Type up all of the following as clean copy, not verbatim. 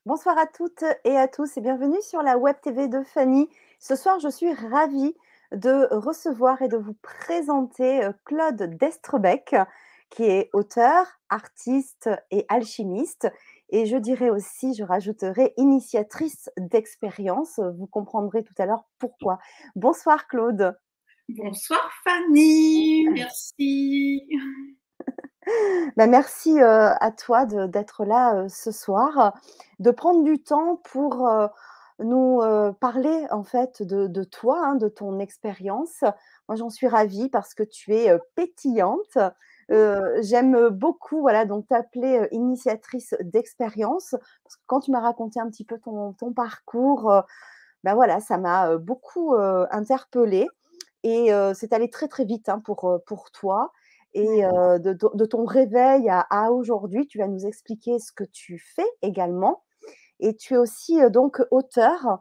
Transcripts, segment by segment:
Bonsoir à toutes et à tous et bienvenue sur la Web TV de Fanny. Ce soir, je suis ravie de recevoir et de vous présenter Claude Destrebec, qui est auteur, artiste et alchimiste. Et je dirais aussi, je rajouterai, initiatrice d'expérience. Vous comprendrez tout à l'heure pourquoi. Bonsoir Claude. Bonsoir Fanny, merci. Merci à toi d'être là ce soir, de prendre du temps pour nous parler en fait de toi, hein, de ton expérience. Moi, j'en suis ravie parce que tu es pétillante. J'aime beaucoup, voilà, donc t'appeler initiatrice d'expérience parce que quand tu m'as raconté un petit peu ton parcours, ben voilà, ça m'a beaucoup interpellée et c'est allé très très vite hein, pour toi. Et de ton réveil à aujourd'hui, tu vas nous expliquer ce que tu fais également. Et tu es aussi donc auteur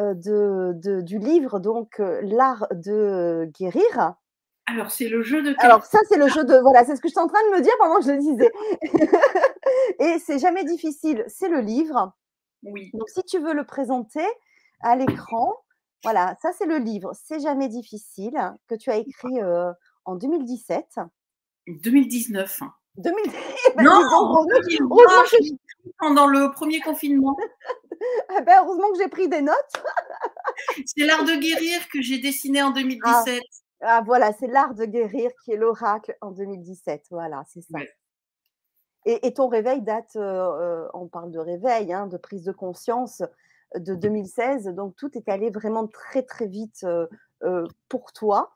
du livre donc L'art de guérir. Alors, c'est le jeu de quel... Alors ça, c'est le jeu de voilà, c'est ce que j'étais en train de me dire pendant que je le disais. Et c'est jamais difficile, c'est le livre. Oui, Donc si tu veux le présenter à l'écran, voilà, ça c'est le livre C'est jamais difficile que tu as écrit en 2017. 2019. 2000, ben, Non, dis donc, heureusement 2020, que je l'ai écrit pendant le premier confinement. heureusement que j'ai pris des notes. C'est l'art de guérir que j'ai dessiné en Ah, 2017. voilà, c'est L'art de guérir qui est l'oracle en 2017. Voilà, c'est ça. Ouais. Et ton réveil date, on parle de réveil, hein, de prise de conscience de 2016. Donc tout est allé vraiment très, très vite pour toi.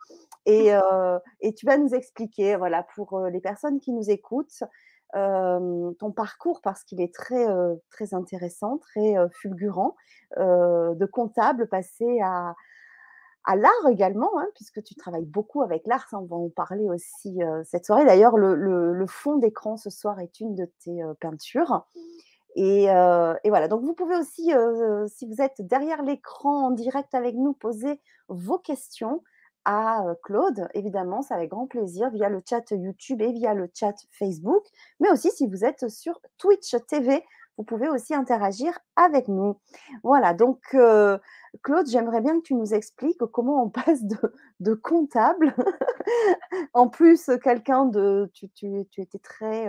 Et tu vas nous expliquer, voilà, pour les personnes qui nous écoutent, ton parcours parce qu'il est très, très intéressant, très fulgurant, de comptable passé à l'art également, hein, puisque tu travailles beaucoup avec l'art, ça on va en parler aussi cette soirée. D'ailleurs, le fond d'écran ce soir est une de tes peintures. Et voilà, donc vous pouvez aussi, si vous êtes derrière l'écran en direct avec nous, poser vos questions à Claude. Évidemment, c'est avec grand plaisir via le chat YouTube et via le chat Facebook. Mais aussi, si vous êtes sur Twitch TV, vous pouvez aussi interagir avec nous. Voilà, donc Claude, j'aimerais bien que tu nous expliques comment on passe de comptable, en plus quelqu'un de, tu étais très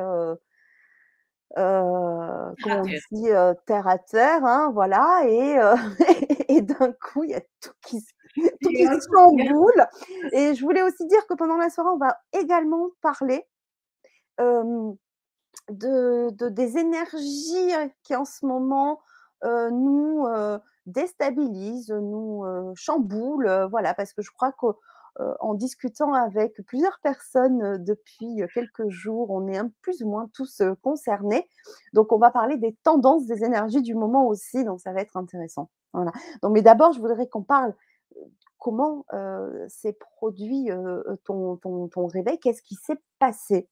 À comment on terre. dit, terre à terre, hein, voilà et et d'un coup, il y a tout Et qui hop, regarde. chamboule et je voulais aussi dire que pendant la soirée, on va également parler, hem, des énergies qui, en ce moment, nous, déstabilisent, nous, chamboulent, voilà, parce que je crois que en discutant avec plusieurs personnes depuis quelques jours, on est plus ou moins tous concernés. Donc, on va parler des tendances des énergies du moment aussi, donc ça va être intéressant. Voilà. Donc, mais d'abord, je voudrais qu'on parle comment s'est produit ton réveil, qu'est-ce qui s'est passé?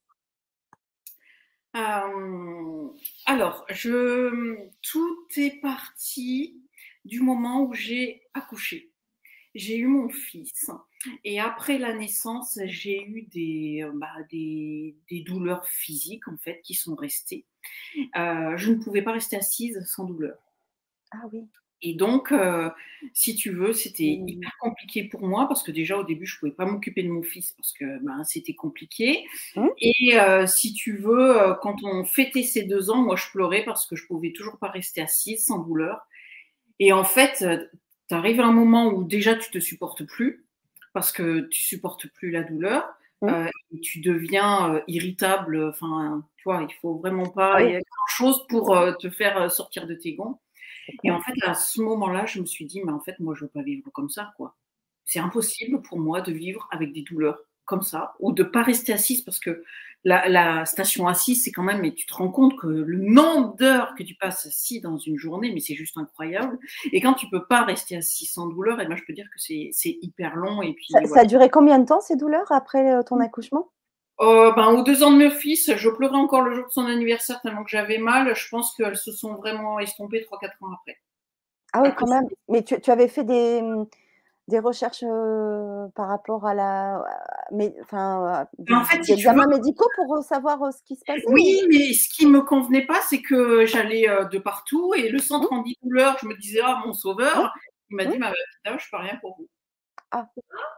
Alors, tout est parti du moment où j'ai accouché. J'ai eu mon fils et après la naissance, j'ai eu des douleurs physiques en fait qui sont restées. Je ne pouvais pas rester assise sans douleur. Ah oui. Et donc, si tu veux, c'était Mmh. hyper compliqué pour moi parce que déjà au début, je pouvais pas m'occuper de mon fils parce que ben, c'était compliqué. Mmh. Et si tu veux, quand on fêtait ses 2 ans, moi je pleurais parce que je pouvais toujours pas rester assise sans douleur. Et en fait, tu arrives à un moment où déjà tu te supportes plus parce que tu supportes plus la douleur. Mmh. Et tu deviens irritable. Enfin, tu vois, il faut vraiment Ah pas y oui, a grand chose pour te faire sortir de tes gonds. c'est Et clair. en fait, à ce moment-là, je me suis dit, mais en fait, moi, je veux pas vivre comme ça, quoi. C'est impossible pour moi de vivre avec des douleurs comme ça, ou de pas rester assise, parce que la station assise, c'est quand même, mais tu te rends compte que le nombre d'heures que tu passes assis dans une journée, mais c'est juste incroyable. Et quand tu peux pas rester assis sans douleur, et ben, je peux dire que c'est hyper long, et Ça puis ça voilà. a duré combien de temps ces douleurs après, ton accouchement? Ben, aux 2 ans de mon fils, je pleurais encore le jour de son anniversaire tellement que j'avais mal. Je pense qu'elles se sont vraiment estompées 3-4 ans après. Ah oui, Après, quand même. Mais tu avais fait des recherches, par rapport à mais enfin, En fait, des si tu veux, examens médicaux pour, savoir, ce qui se passait ou? oui, mais ce qui me convenait pas, c'est que j'allais, de partout et le Mmh, centre antidouleur, je me disais: «Ah mon mmh, sauveur», il m'a mmh. dit: «Ma petite dame, je peux rien pour vous». Ah,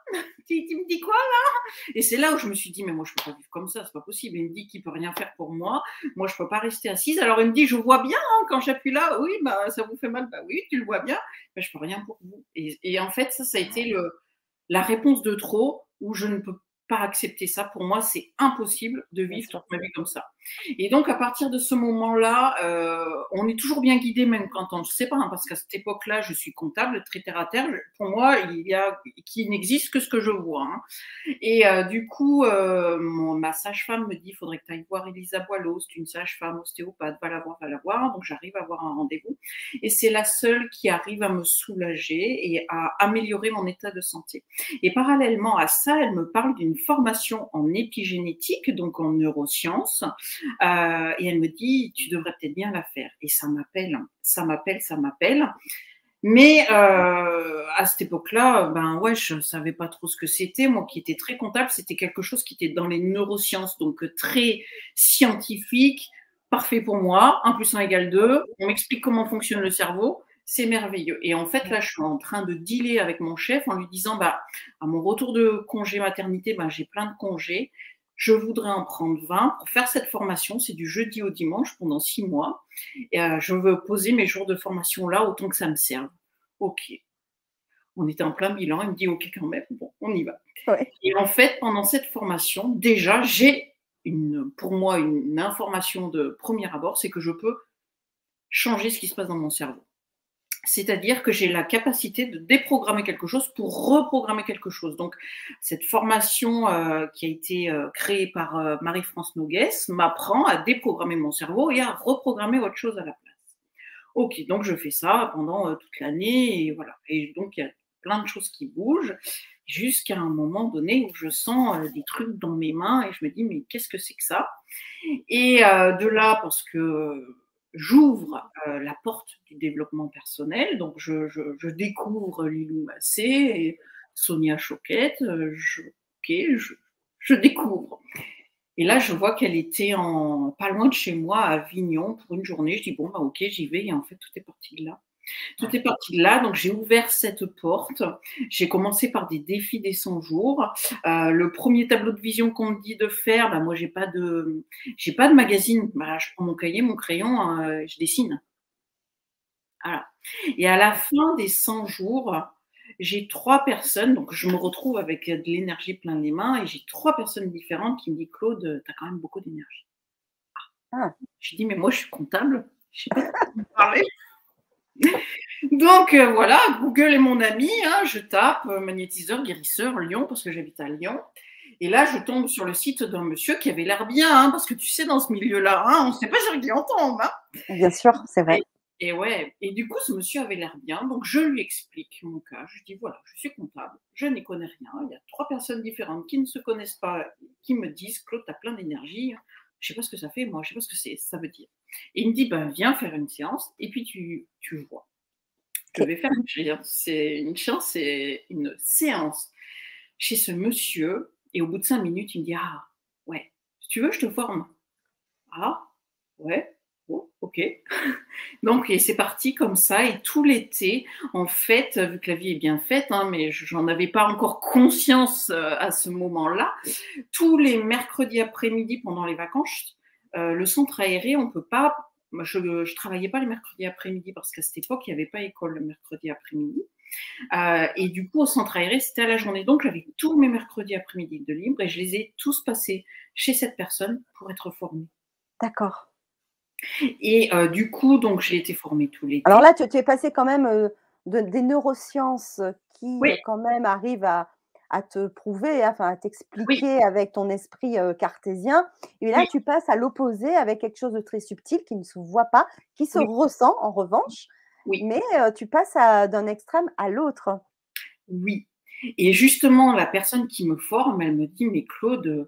Tu me dis quoi? Et c'est là où je me suis dit: «Mais moi, je peux pas vivre comme ça, c'est pas possible». Il me dit qu'il peut rien faire pour moi. Moi, je peux pas rester assise. Alors il me dit: «Je vois bien, hein, quand j'appuie là, oui, bah, ça vous fait mal». Bah oui, tu le vois bien, mais je peux rien pour vous. Et en fait, ça a été la réponse de trop où je ne peux pas accepter ça. Pour moi, c'est impossible de bien vivre toute sûr. ma vie comme ça. Et donc à partir de ce moment-là, on est toujours bien guidé même quand on ne sait pas, hein, parce qu'à cette époque-là, je suis comptable, très terre à terre. Pour moi, qu'il n'existe que ce que je vois, hein. Et du coup, ma sage-femme me dit: «Il faudrait que tu ailles voir Elisa Boileau, c'est une sage-femme ostéopathe, va la voir, va la voir». Donc j'arrive à avoir un rendez-vous et c'est la seule qui arrive à me soulager et à améliorer mon état de santé. Et parallèlement à ça, elle me parle d'une formation en épigénétique, donc en neurosciences, et elle me dit: «Tu devrais peut-être bien la faire». Et ça m'appelle, ça m'appelle, ça m'appelle. Mais à cette époque-là, ben ouais, je savais pas trop ce que c'était. Moi qui étais très comptable, c'était quelque chose qui était dans les neurosciences, donc très scientifique, parfait pour moi. 1 + 1 = 2. On m'explique comment fonctionne le cerveau, c'est merveilleux. Et en fait, Mmh. là, je suis en train de dealer avec mon chef en lui disant: «Bah, à mon retour de congé maternité, ben, j'ai plein de congés. Je voudrais en prendre 20 pour faire cette formation. C'est du jeudi au dimanche pendant 6 mois. Et je veux poser mes jours de formation là, autant que ça me serve». OK. On était en plein bilan. Il me dit: «OK quand même, bon, on y va». Ouais. Et en fait, pendant cette formation, déjà, j'ai pour moi, une information de premier abord, c'est que je peux changer ce qui se passe dans mon cerveau. C'est-à-dire que j'ai la capacité de déprogrammer quelque chose pour reprogrammer quelque chose. Donc, cette formation qui a été créée par Marie-France Noguès m'apprend à déprogrammer mon cerveau et à reprogrammer autre chose à la place. OK, donc je fais ça pendant toute l'année et voilà. Et donc, il y a plein de choses qui bougent jusqu'à un moment donné où je sens des trucs dans mes mains et je me dis: «Mais qu'est-ce que c'est que ça?» Et de là, parce que j'ouvre la porte du développement personnel, donc je découvre Lilou Massé et Sonia Choquette, OK, je découvre. Et là, je vois qu'elle était pas loin de chez moi, à Avignon, pour une journée. Je dis: «Bon, bah, OK, j'y vais». Et en fait, tout est parti de là. Tout est parti de là, donc j'ai ouvert cette porte. J'ai commencé par des défis des 100 jours. Le premier tableau de vision qu'on me dit de faire, bah, moi j'ai pas de magazine. Bah, je prends mon cahier, mon crayon, je dessine. Voilà. Et à la fin des 100 jours, j'ai 3 personnes, donc je me retrouve avec de l'énergie plein les mains et j'ai 3 personnes différentes qui me disent: «Claude, tu as quand même beaucoup d'énergie». Ah, Je dis: «Mais moi je suis comptable, je sais pas de quoi vous me parlez». Donc voilà, Google est mon ami, hein, je tape magnétiseur, guérisseur, Lyon, parce que j'habite à Lyon. Et là, je tombe sur le site d'un monsieur qui avait l'air bien, hein, parce que tu sais, dans ce milieu-là, hein, on ne sait pas sur qui on tombe. Hein. bien sûr, c'est vrai. Et, et ouais, et du coup, ce monsieur avait l'air bien, donc je lui explique mon cas. Je dis voilà, je suis comptable, je n'y connais rien. Il y a 3 personnes différentes qui ne se connaissent pas, qui me disent Claude, tu as plein d'énergie. Je sais pas ce que ça fait, moi, je sais pas ce que ça veut dire. Et il me dit ben, viens faire une séance, et puis tu vois. Je OK. vais faire c'est une séance chez ce monsieur et au bout de 5 minutes, il me dit: «Ah ouais, si tu veux, je te forme». «Ah ouais, bon, OK». Donc et c'est parti comme ça et tout l'été, en fait, vu que la vie est bien faite, hein, mais j'en avais pas encore conscience, à ce moment-là, tous les mercredis après-midi pendant les vacances, le centre aéré, on peut pas moi je travaillais pas les mercredis après-midi parce qu'à cette époque, il y avait pas école le mercredi après-midi. Et du coup, au centre aéré, c'était à la journée. Donc, j'avais tous mes mercredis après-midi de libre et je les ai tous passés chez cette personne pour être formée. D'accord. Et du coup, donc j'ai été formée tout Alors l'été. là, tu es passé quand même, des neurosciences, qui, Oui, quand même arrivent à te prouver, enfin à oui, t'expliquer avec ton esprit, cartésien, et là oui, tu passes à l'opposé avec quelque chose de très subtil qui ne se voit pas, qui se oui, ressent en revanche, oui, mais tu passes d'un extrême à l'autre. oui. Et justement, la personne qui me forme, elle me dit: «Mais Claude,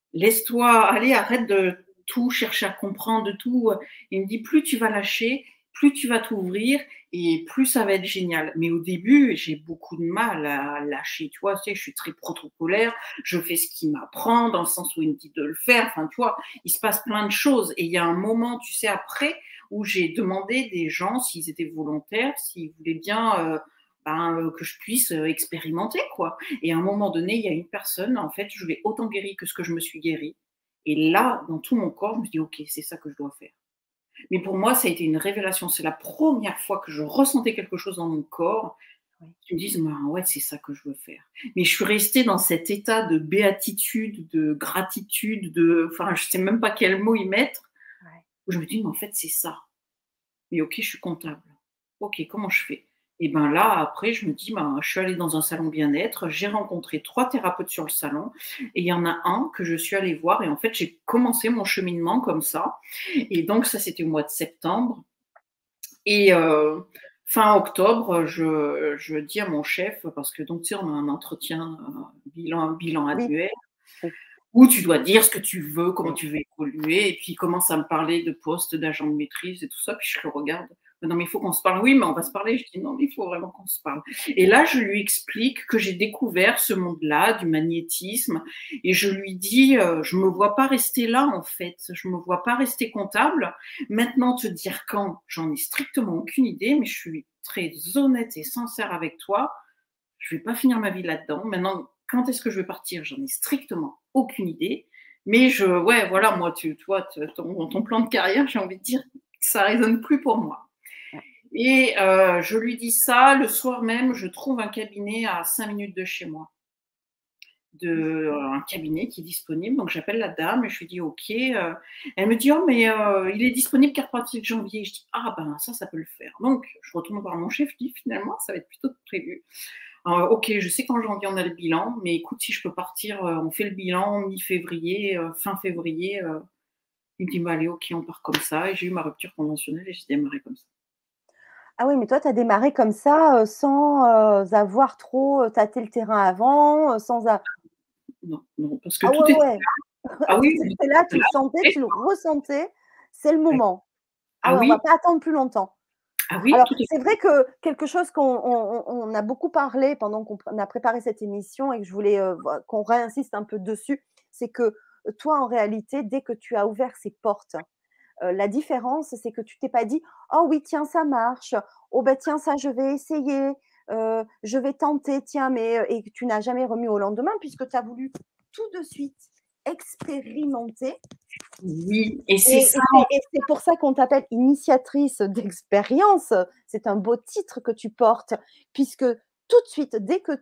laisse-toi aller, arrête de tout chercher à comprendre, de tout». Il me dit: «Plus tu vas lâcher, plus tu vas t'ouvrir et plus ça va être génial. Mais au début, j'ai beaucoup de mal à lâcher, tu vois, je suis très protocolaire, je fais ce qu'il m'apprend, dans le sens où il me dit de le faire, enfin, tu vois, il se passe plein de choses. Et il y a un moment, tu sais, après, où j'ai demandé des gens s'ils étaient volontaires, s'ils voulaient bien que je puisse expérimenter, quoi. Et à un moment donné, il y a une personne, en fait, je l'ai autant guérie que ce que je me suis guérie. Et là, dans tout mon corps, je me dis, OK, c'est ça que je dois faire. Mais pour moi, ça a été une révélation. C'est la première fois que je ressentais quelque chose dans mon corps qui me disent, bah, ouais, c'est ça que je veux faire. Mais je suis restée dans cet état de béatitude, de gratitude, enfin, je sais même pas quel mot y mettre, où je me dis, mais en fait, c'est ça. Mais OK, je suis comptable. OK, comment je fais? Et ben là, après, je me dis, ben, je suis allée dans un salon bien-être, j'ai rencontré 3 thérapeutes sur le salon et il y en a un que je suis allée voir et en fait, j'ai commencé mon cheminement comme ça. Et donc ça, c'était au mois de septembre et fin octobre, je dis à mon chef parce que donc tu sais, on a un entretien, bilan Oui, annuel oui, où tu dois dire ce que tu veux, comment tu veux évoluer, et puis il commence à me parler de poste d'agent de maîtrise et tout ça, puis je le regarde. Non, mais il faut qu'on se parle. Oui, mais on va se parler. Je dis non, mais il faut vraiment qu'on se parle. Et là, je lui explique que j'ai découvert ce monde-là, du magnétisme, et je lui dis, je me vois pas rester là, en fait. Je me vois pas rester comptable. Maintenant, te dire quand, j'en ai strictement aucune idée, mais je suis très honnête et sincère avec toi. Je vais pas finir ma vie là-dedans. Maintenant, quand est-ce que je vais partir? J'en ai strictement aucune idée. Mais ouais, voilà, moi, tu vois, ton plan de carrière, j'ai envie de dire, ça résonne plus pour moi. Et je lui dis ça, le soir même, je trouve un cabinet à 5 minutes de chez moi. Un cabinet qui est disponible. Donc j'appelle la dame et je lui dis OK. Elle me dit oh mais il est disponible qu'à partir de janvier. Je dis ah ben ça peut le faire. Donc je retourne voir mon chef, je dis finalement ça va être plutôt prévu. OK, je sais qu'en janvier on a le bilan, mais écoute si je peux partir, on fait le bilan mi-février, fin février. Il me dit bah allez OK on part comme ça. Et j'ai eu ma rupture conventionnelle et j'ai démarré comme ça. ah oui, mais toi, tu as démarré comme ça, sans, avoir trop, tâté le terrain avant, sans a Non, non, parce que ah tout ouais, était ouais, ah oui, c'était là, tu le sentais, tu le ressentais, c'est le moment. ah Ouais, on va oui, pas attendre plus longtemps. ah oui, Alors, tout à c'est vrai que quelque chose qu'on a beaucoup parlé pendant qu'on a préparé cette émission et que je voulais, qu'on réinsiste un peu dessus, c'est que, toi, en réalité, dès que tu as ouvert ces portes, la différence, c'est que tu t'es pas dit: «Oh oui, tiens, ça marche. Oh ben tiens, ça, je vais essayer, je vais tenter, tiens», mais et que tu n'as jamais remis au lendemain puisque tu as voulu tout de suite expérimenter oui, et c'est et ça. c'est pour ça qu'on t'appelle initiatrice d'expérience. C'est un beau titre que tu portes puisque tout de suite, dès que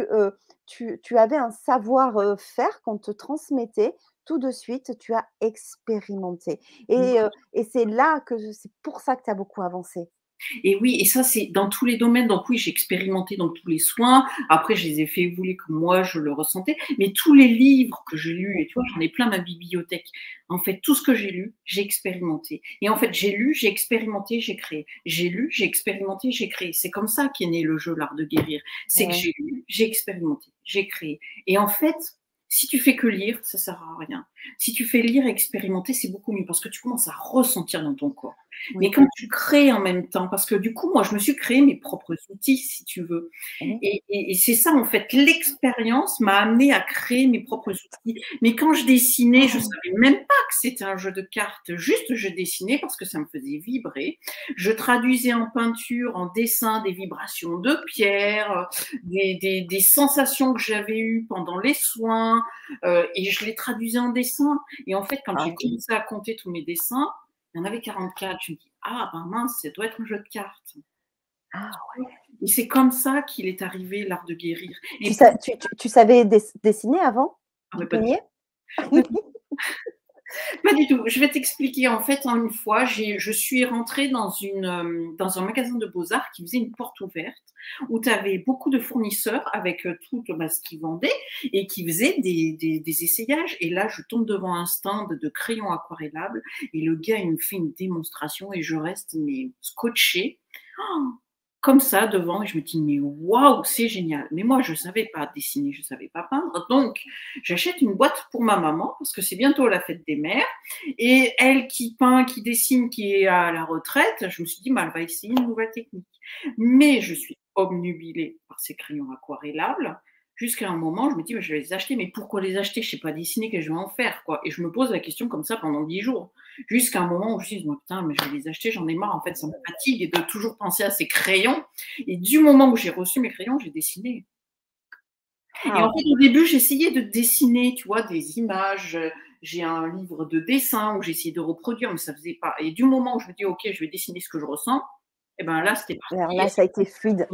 tu avais un savoir-faire qu'on te transmettait, tout de suite, tu as expérimenté et c'est là que c'est pour ça que tu as beaucoup avancé. Et oui, et ça, c'est dans tous les domaines. Donc oui, j'ai expérimenté dans tous les soins. Après, je les ai fait évoluer comme moi, je le ressentais. Mais tous les livres que j'ai lus, et tu vois, j'en ai plein ma bibliothèque. En fait, tout ce que j'ai lu, j'ai expérimenté. Et en fait, j'ai lu, j'ai expérimenté, j'ai créé. J'ai lu, j'ai expérimenté, j'ai créé. C'est comme ça qu'est né le jeu L'Art de guérir. C'est que Ouais, j'ai lu, j'ai expérimenté, j'ai créé. Et en fait, si tu fais que lire, ça sert à rien. Si tu fais lire et expérimenter, c'est beaucoup mieux parce que tu commences à ressentir dans ton corps. Mais oui, quand tu crées en même temps, parce que du coup, moi, je me suis créé mes propres outils, si tu veux. mmh. Et c'est ça, en fait, l'expérience m'a amené à créer mes propres outils. Mais quand je dessinais, je savais même pas que c'était un jeu de cartes. Juste, je dessinais parce que ça me faisait vibrer. Je traduisais en peinture, en dessin, des vibrations de pierre, des sensations que j'avais eues pendant les soins, et je les traduisais en dessin. Et en fait, quand Ah j'ai ouais. commencé à compter tous mes dessins, il y en avait 44. Je me dis, ah ben mince, ça doit être un jeu de cartes. Ah ouais. Et c'est comme ça qu'il est arrivé l'art de guérir. Tu Et sa pour tu savais dessiner avant? ah Tu mais pas du peignais? pas du pas du tout. Je vais t'expliquer. En fait, une fois, je suis rentrée dans un magasin de beaux-arts qui faisait une porte ouverte, où tu avais beaucoup de fournisseurs avec tout ce qu'ils vendaient et qui faisaient des essayages. Et là, je tombe devant un stand de crayons aquarellables et le gars, il me fait une démonstration et je reste mais scotchée. Oh, comme ça devant et je me dis: «Mais waouh, c'est génial!» Mais moi, je savais pas dessiner, je savais pas peindre, donc j'achète une boîte pour ma maman parce que c'est bientôt la fête des mères et elle qui peint, qui dessine, qui est à la retraite, je me suis dit: «Bah, elle va essayer une nouvelle technique». Mais je suis obnubilée par ces crayons aquarellables jusqu'à un moment, je me dis: «Bah, je vais les acheter, mais pourquoi les acheter? Je sais pas dessiner, qu'est-ce que je vais en faire, quoi?» Et je me pose la question comme ça pendant 10 jours. Jusqu'à un moment où je me suis dit: «Putain, mais je vais les acheter, j'en ai marre, en fait, ça me fatigue de toujours penser à ces crayons» et du moment où j'ai reçu mes crayons, j'ai dessiné. Et en Waouh! fait, au début, j'essayais de dessiner, tu vois, des images, j'ai un livre de dessin où j'essayais de reproduire, mais ça faisait pas et du moment où je me dis: «OK, je vais dessiner ce que je ressens» et ben là, c'était Alors parti là, ça a été fluide.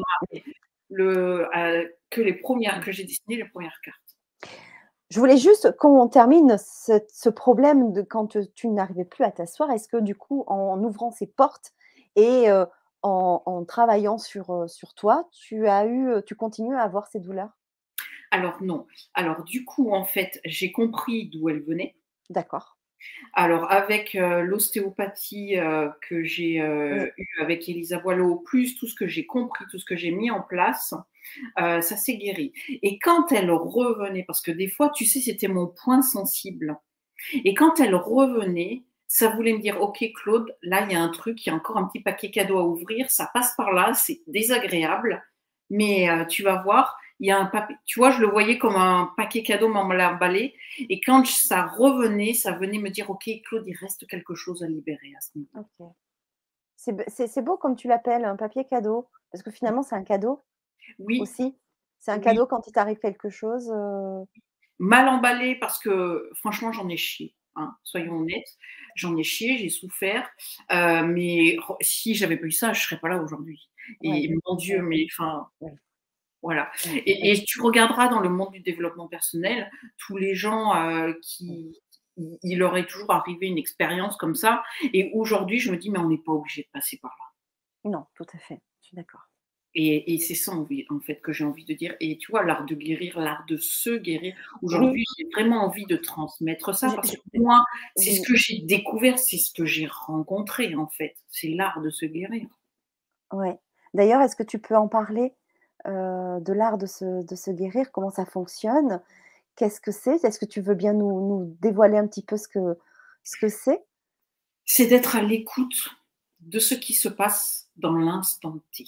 que j'ai dessiné les premières cartes. Je voulais juste qu'on termine ce problème de quand, tu n'arrivais plus à t'asseoir. Est-ce que du coup, en ouvrant ces portes et en travaillant sur toi, tu continues à avoir ces douleurs? Alors non. Alors du coup, en fait, j'ai compris d'où elles venaient. D'accord. Alors avec, l'ostéopathie, que j'ai, Oui, eue avec Elisa Boileau, plus tout ce que j'ai compris, tout ce que j'ai mis en place, ça s'est guéri et quand elle revenait parce que des fois, tu sais, c'était mon point sensible et quand elle revenait, ça voulait me dire: «OK Claude, là, il y a un truc, il y a encore un petit paquet cadeau à ouvrir, ça passe par là, c'est désagréable, mais tu vas voir, il y a un papier». Tu vois, je le voyais comme un paquet cadeau m'emballer et quand ça revenait, ça venait me dire: «OK Claude, il reste quelque chose à libérer à ce niveau». OK. C'est beau comme tu l'appelles, un papier cadeau, parce que finalement, c'est un cadeau Oui, aussi. C'est un oui. cadeau quand il t'arrive quelque chose, Mal emballé parce que franchement, j'en ai chié, hein, soyons honnêtes. J'en ai chié, j'ai souffert, mais si j'avais pas eu ça, je serais pas là aujourd'hui ouais, et mon Dieu, ouais, mais enfin, ouais, voilà ouais, ouais. et tu regarderas dans le monde du développement personnel, tous les gens, qui il leur est toujours arrivé une expérience comme ça et aujourd'hui, je me dis: «Mais on n'est pas obligé de passer par là». Non, tout à fait, je suis d'accord. Et c'est ça en fait que j'ai envie de dire et tu vois l'art de guérir, l'art de se guérir. Oui, Aujourd'hui, j'ai vraiment envie de transmettre ça parce je que moi, c'est ce oui, que j'ai découvert, c'est ce que j'ai rencontré en fait. C'est l'art de se guérir. ouais. D'ailleurs, est-ce que tu peux en parler, de l'art de se guérir? Comment ça fonctionne? Qu'est-ce que c'est? Est-ce que tu veux bien nous dévoiler un petit peu ce que c'est? C'est d'être à l'écoute de ce qui se passe dans l'instant T.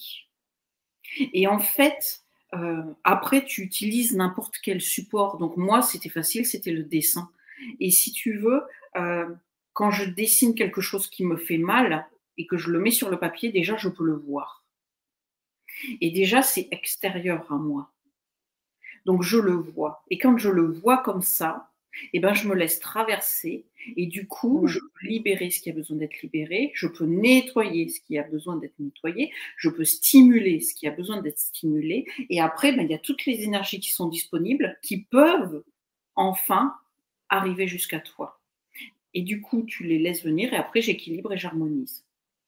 Et en fait, après tu utilises n'importe quel support. Donc moi, c'était facile, c'était le dessin. Et si tu veux, quand je dessine quelque chose qui me fait mal et que je le mets sur le papier, déjà je peux le voir. Et déjà c'est extérieur à moi. Donc je le vois. Et quand je le vois comme ça, eh ben, je me laisse traverser et du coup, Mmh. je peux libérer ce qui a besoin d'être libéré, je peux nettoyer ce qui a besoin d'être nettoyé, je peux stimuler ce qui a besoin d'être stimulé et après, ben, il y a toutes les énergies qui sont disponibles qui peuvent enfin arriver jusqu'à toi. Et du coup, tu les laisses venir et après, j'équilibre et j'harmonise.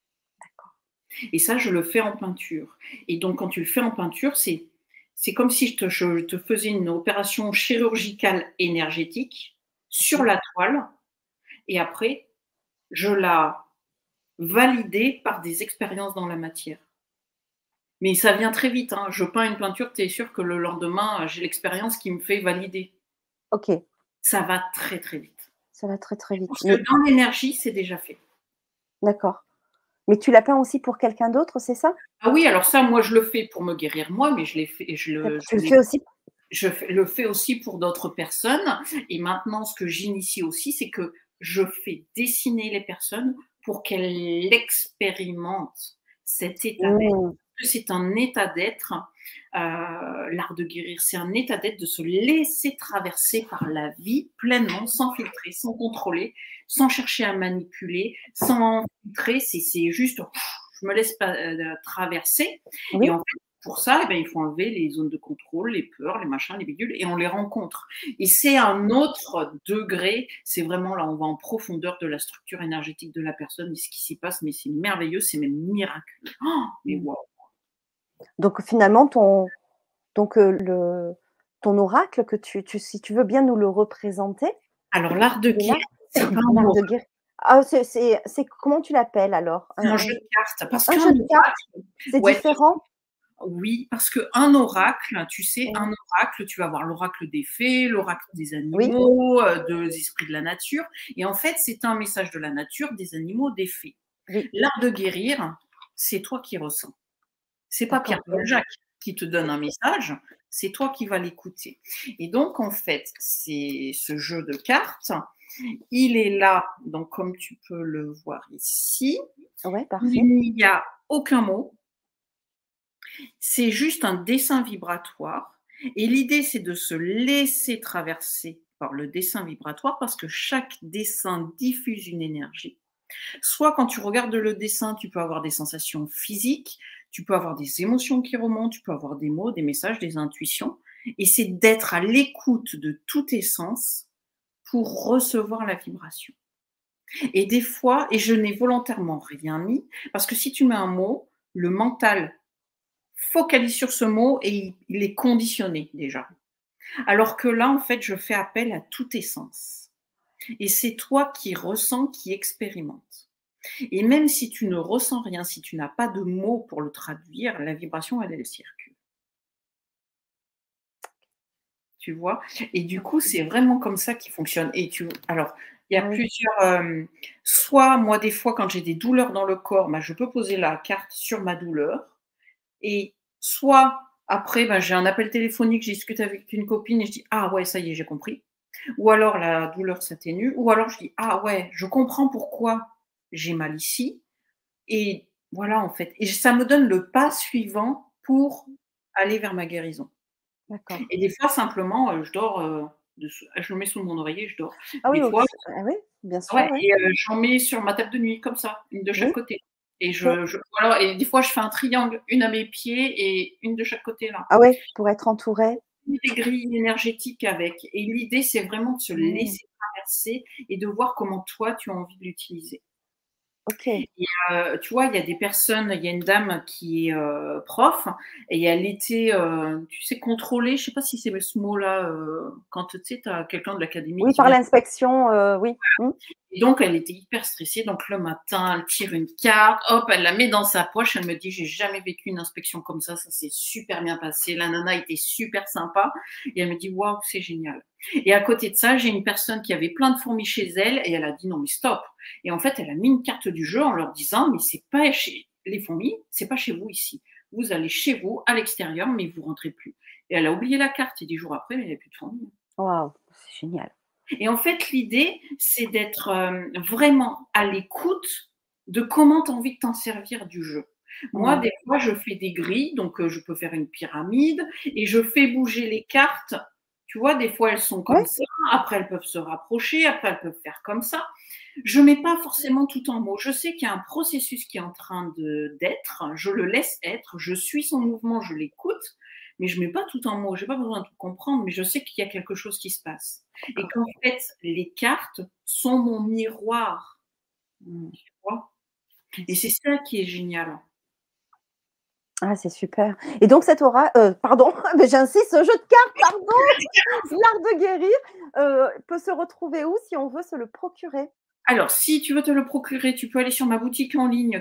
Et ça, je le fais en peinture. Et donc, quand tu le fais en peinture, c'est comme si je te faisais une opération chirurgicale énergétique sur OK. la toile et après, je la validais par des expériences dans la matière. Mais ça vient très vite, hein. Je peins une peinture, tu es sûr que le lendemain, j'ai l'expérience qui me fait valider. OK, Ça va très, très vite. ça va très, très vite. Parce que Mais dans l'énergie, c'est déjà fait. d'accord. Mais tu l'as peint aussi pour quelqu'un d'autre, c'est ça? Ah oui, alors ça, moi, je le fais pour me guérir moi, mais je l'ai fait, D'accord. je Tu le l'ai fais aussi? le fais aussi pour d'autres personnes et maintenant ce que j'initie aussi, c'est que je fais dessiner les personnes pour qu'elles expérimentent cet état d'être. Mmh. C'est un état d'être, l'art de guérir, c'est un état d'être de se laisser traverser par la vie pleinement, sans filtrer, sans contrôler, sans chercher à manipuler, sans filtrer, c'est juste, je me laisse pas, traverser et Oui? en fait, pour ça, eh ben, il faut enlever les zones de contrôle, les peurs, les machins, les bidules, et on les rencontre. Et c'est un autre degré, c'est vraiment là, on va en profondeur de la structure énergétique de la personne et ce qui s'y passe, mais c'est merveilleux, c'est même miraculeux. Oh, mais Mmh. waouh! Donc finalement, ton oracle que si tu veux bien nous le représenter, Alors, l'art de il est guérir, là? c'est pas un L'art mot, de guérir. Ah, c'est comment tu l'appelles alors? c'est un jeu de cartes. Parce Un qu'un jeu de cartes? oracle, C'est ouais, différent? Oui, parce qu'un oracle, tu sais, Mmh. un oracle, tu vas avoir l'oracle des fées, l'oracle des Oui, animaux, des esprits de la nature. Et en fait, c'est un message de la nature, des animaux, des fées. oui, L'art de guérir, c'est toi qui ressens. C'est pas d'accord. Pierre-Paul Jacques qui te donne un OK. message, c'est toi qui vas l'écouter. Et donc, en fait, c'est ce jeu de cartes. Il est là, donc comme tu peux le voir ici, Ouais, il parfait. n'y a aucun mot, c'est juste un dessin vibratoire. Et l'idée, c'est de se laisser traverser par le dessin vibratoire parce que chaque dessin diffuse une énergie. Soit quand tu regardes le dessin, tu peux avoir des sensations physiques, tu peux avoir des émotions qui remontent, tu peux avoir des mots, des messages, des intuitions. Et c'est d'être à l'écoute de tous tes sens pour recevoir la vibration. Et des fois, et je n'ai volontairement rien mis, parce que si tu mets un mot, le mental focalise sur ce mot et il est conditionné déjà. Alors que là, en fait, je fais appel à tous tes sens. Et c'est toi qui ressens, qui expérimente. Et même si tu ne ressens rien, si tu n'as pas de mots pour le traduire, la vibration, elle circule. Tu vois? Et du coup, OK. c'est vraiment comme ça qu'il fonctionne. Alors, il y a Ah oui. plusieurs, soit moi, des fois, quand j'ai des douleurs dans le corps, bah, je peux poser la carte sur ma douleur. Et soit après, ben, j'ai un appel téléphonique, je discute avec une copine et je dis: «Ah ouais, ça y est, j'ai compris». Ou alors la douleur s'atténue, ou alors je dis: «Ah ouais, je comprends pourquoi j'ai mal ici» et voilà, en fait. Et ça me donne le pas suivant pour aller vers ma guérison. D'accord. Et des fois, simplement, je dors, je le mets sous mon oreiller, je dors. Ah oui, Des fois, aussi. Ah oui, bien sûr, ouais, oui. et j'en mets sur ma table de nuit comme ça, une de chaque Oui, côté. Et OK. voilà, et des fois, je fais un triangle, une à mes pieds et une de chaque côté là. Ah ouais, pour être entouré. Des grilles énergétiques avec. Et l'idée, c'est vraiment de se Mmh. laisser traverser et de voir comment toi, tu as envie de l'utiliser. OK. Et tu vois, il y a des personnes, il y a une dame qui est, prof et elle était, tu sais, contrôlée, je sais pas si c'est ce mot-là, quand tu sais, tu as quelqu'un de l'académie Oui, qui par vient. l'inspection, oui. Mmh. Et donc, elle était hyper stressée. Donc, le matin, elle tire une carte, hop, elle la met dans sa poche. Elle me dit, j'ai jamais vécu une inspection comme ça s'est super bien passé. La nana était super sympa. Et elle me dit, waouh, c'est génial. Et à côté de ça, j'ai une personne qui avait plein de fourmis chez elle et elle a dit, non, mais stop. Et en fait, elle a mis une carte du jeu en leur disant, mais c'est pas chez les fourmis, c'est pas chez vous ici. Vous allez chez vous, à l'extérieur, mais vous rentrez plus. Et elle a oublié la carte. Et 10 jours après, il n'y avait plus de fourmis. Waouh, c'est génial. Et en fait, l'idée, c'est d'être vraiment à l'écoute de comment tu as envie de t'en servir du jeu. Moi, Mmh. des fois, je fais des grilles, donc je peux faire une pyramide et je fais bouger les cartes. Tu vois, des fois, elles sont Ouais, comme ça, après, elles peuvent se rapprocher, après, elles peuvent faire comme ça. Je mets pas forcément tout en mots. Je sais qu'il y a un processus qui est en train d'être, je le laisse être, je suis son mouvement, je l'écoute, mais je mets pas tout en mots. J'ai pas besoin de tout comprendre, mais je sais qu'il y a quelque chose qui se passe. Et d'accord. qu'en fait, les cartes sont mon miroir, Mmh. tu vois. Bien Et sûr. c'est ça qui est génial. Ah, c'est super et donc cette aura pardon, mais j'insiste, ce jeu de cartes, pardon, l'art de guérir, peut se retrouver où si on veut se le procurer? Alors, si tu veux te le procurer, tu peux aller sur ma boutique en ligne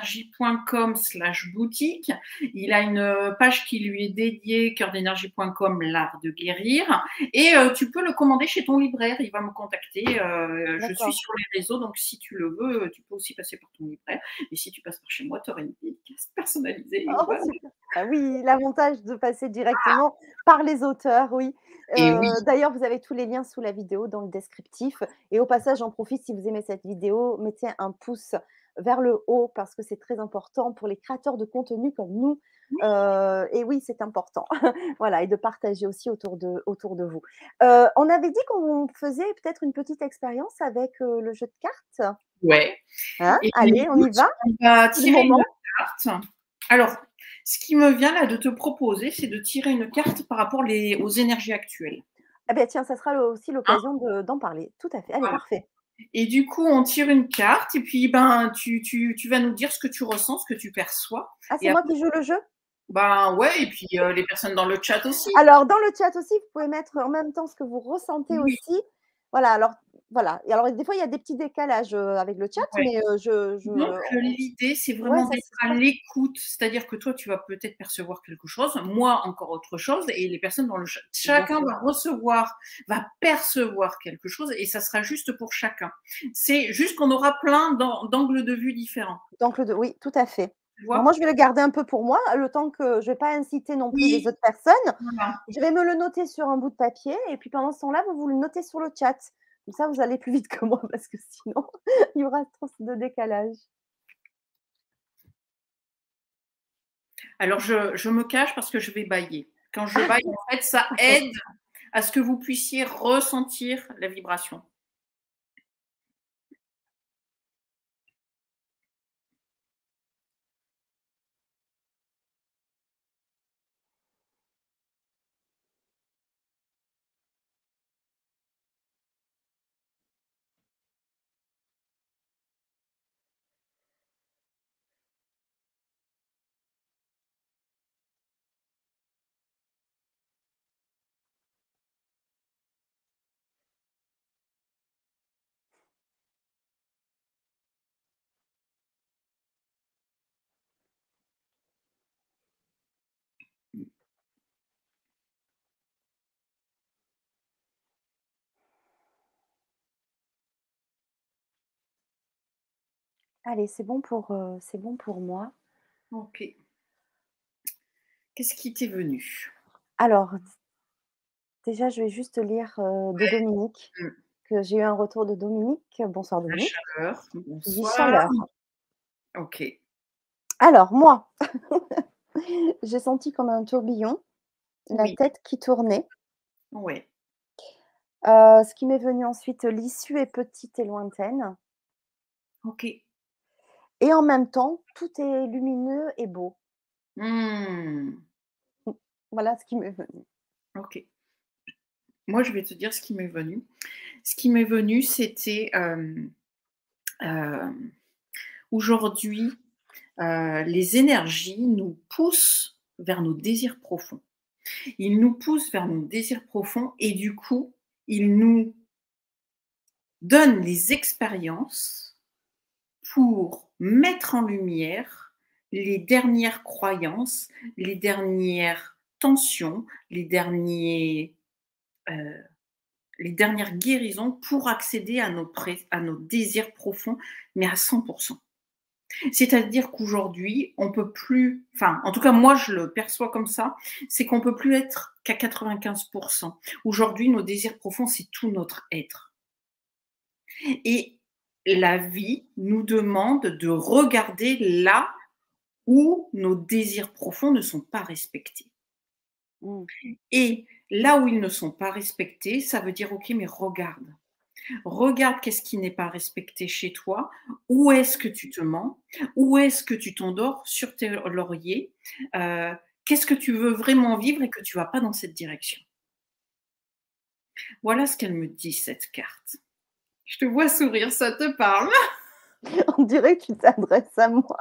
coeurdénergie.com/boutique. Il a une page qui lui est dédiée, coeurdénergie.com, l'art de guérir. Et tu peux le commander chez ton libraire. Il va me contacter. Je suis D'accord. sur les réseaux, donc si tu le veux, tu peux aussi passer par ton libraire. Et si tu passes par chez moi, tu auras une dédicace personnalisée. Et Oh voilà. super! Ah oui, l'avantage de passer directement par les auteurs, oui. Et oui, D'ailleurs, vous avez tous les liens sous la vidéo dans le descriptif et au passage, j'en profite, si vous aimez cette vidéo, mettez un pouce vers le haut parce que c'est très important pour les créateurs de contenu comme nous, et oui, c'est important. Voilà et de partager aussi autour de vous. On avait dit qu'on faisait peut-être une petite expérience avec, le jeu de cartes? ouais. Hein? Eh bien, Allez, on y écoute, va? on va C'est le tirer une moment. carte. Alors, ce qui me vient là de te proposer, c'est de tirer une carte par rapport aux énergies actuelles. Eh beh, tiens, ça sera aussi Hein, l'occasion d'en parler. Tout à fait. Allez, voilà. parfait. Et du coup, on tire une carte et puis ben, tu vas nous dire ce que tu ressens, ce que tu perçois. Ah, c'est Et moi après, qui joue le jeu? ben ouais, et puis les personnes dans le chat aussi. Alors, dans le chat aussi, vous pouvez mettre en même temps ce que vous ressentez Oui, aussi. Voilà, alors voilà. Et alors des fois, il y a des petits décalages, avec le chat, Ouais. mais je Donc l'idée, c'est ouais, vraiment ça d'être se à passe. l'écoute. C'est-à-dire que toi, tu vas peut-être percevoir quelque chose, moi encore autre chose et les personnes dans le chat. Bien Chacun sûr. va recevoir, va percevoir quelque chose et ça sera juste pour chacun. C'est juste qu'on aura plein d'angles de vue différents. Donc le 2, oui, tout à fait. Tu Alors vois? moi, je vais le garder un peu pour moi, le temps que je vais pas inciter non plus les Oui, autres personnes. voilà. Je vais me le noter sur un bout de papier et puis pendant ce temps-là, vous vous le notez sur le chat. Comme ça, vous allez plus vite que moi parce que sinon, il y aura trop de décalage. Alors je me cache parce que je vais bâiller. Quand je Ah! bâille, en fait, ça aide à ce que vous puissiez ressentir la vibration. Allez, c'est bon pour moi. OK. Qu'est-ce qui t'est venu? Alors, déjà, je vais juste lire, de Dominique, Mmh. que j'ai eu un retour de Dominique. Bonsoir La Dominique, chaleur, qui dit: bonsoir. «Chaleur». OK, Alors moi, j'ai senti comme un tourbillon, la oui, tête qui tournait. ouais, Ce qui m'est venu ensuite, l'issue est petite et lointaine OK. et en même temps, tout est lumineux et beau. Mmh, Mmh. Voilà ce qui m'est venu. OK. Moi, je vais te dire ce qui m'est venu. Ce qui m'est venu, c'était, hem, aujourd'hui, les énergies nous poussent vers nos désirs profonds. Ils nous poussent vers nos désirs profonds et du coup, ils nous donnent les expériences pour mettre en lumière les dernières croyances, les dernières tensions, heu, les dernières guérisons pour accéder à nos désirs profonds, mais à 100. C'est-à-dire qu'aujourd'hui, on peut plus, enfin, en tout cas, moi, je le perçois comme ça, c'est qu'on peut plus être qu'à 95. Aujourd'hui, nos désirs profonds, c'est tout notre être. Et la vie nous demande de regarder là où nos désirs profonds ne sont pas respectés. Mmh. Et là où ils ne sont pas respectés, ça veut dire, OK, mais regarde. Regarde qu'est-ce qui n'est pas respecté chez toi. Où est-ce que tu te mens? Où est-ce que tu t'endors sur tes lauriers? Heu, Qu'est-ce que tu veux vraiment vivre et que tu vas pas dans cette direction? Voilà ce qu'elle me dit, cette carte. Je te vois sourire, ça te parle? On dirait que tu t'adresses à moi.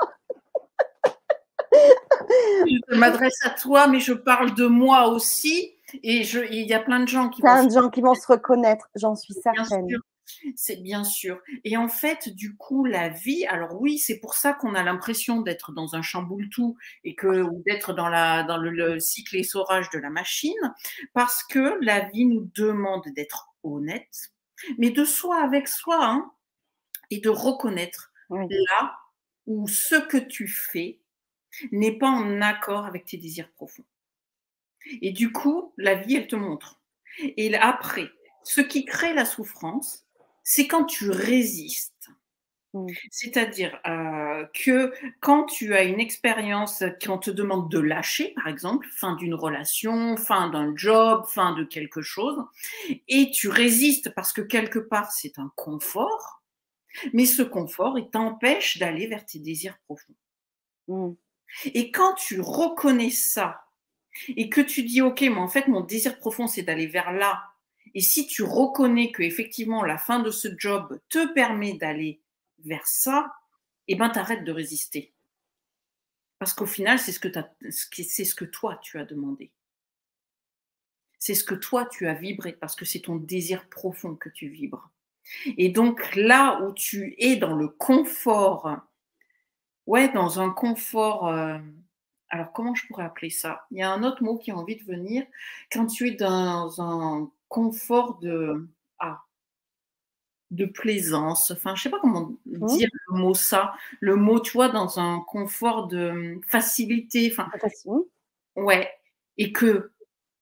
Je m'adresse à toi, mais je parle de moi aussi et il y a plein de gens qui vont Plein se de gens qui vont se reconnaître, j'en suis bien certaine. sûr, c'est bien sûr et en fait, du coup, la vie alors oui, c'est pour ça qu'on a l'impression d'être dans un chamboule-tout et que ou d'être dans le cycle essorage de la machine, parce que la vie nous demande d'être honnête, mais de soi avec soi, hein, et de reconnaître Oui. là où ce que tu fais n'est pas en accord avec tes désirs profonds. Et du coup, la vie, elle te montre. Et après, ce qui crée la souffrance, c'est quand tu résistes. Mmh. C'est-à-dire que quand tu as une expérience qu'on te demande de lâcher, par exemple, fin d'une relation, fin d'un job, fin de quelque chose, et tu résistes parce que quelque part c'est un confort, mais ce confort, il t'empêche d'aller vers tes désirs profonds. Mmh. Et quand tu reconnais ça et que tu dis: «OK, mais en fait, mon désir profond, c'est d'aller vers là» et si tu reconnais qu'effectivement la fin de ce job te permet d'aller vers ça, eh ben, tu arrêtes de résister. Parce qu'au final, c'est ce que toi tu as demandé. C'est ce que toi tu as vibré parce que c'est ton désir profond que tu vibres. Et donc là où tu es dans le confort, ouais, dans un confort, alors comment je pourrais appeler ça? Il y a un autre mot qui a envie de venir. Quand tu es dans un confort ah, de plaisance, enfin, je sais pas comment Mmh. dire le mot ça, le mot, tu vois, dans un confort de, facilité, enfin, Très facile. ouais, et que,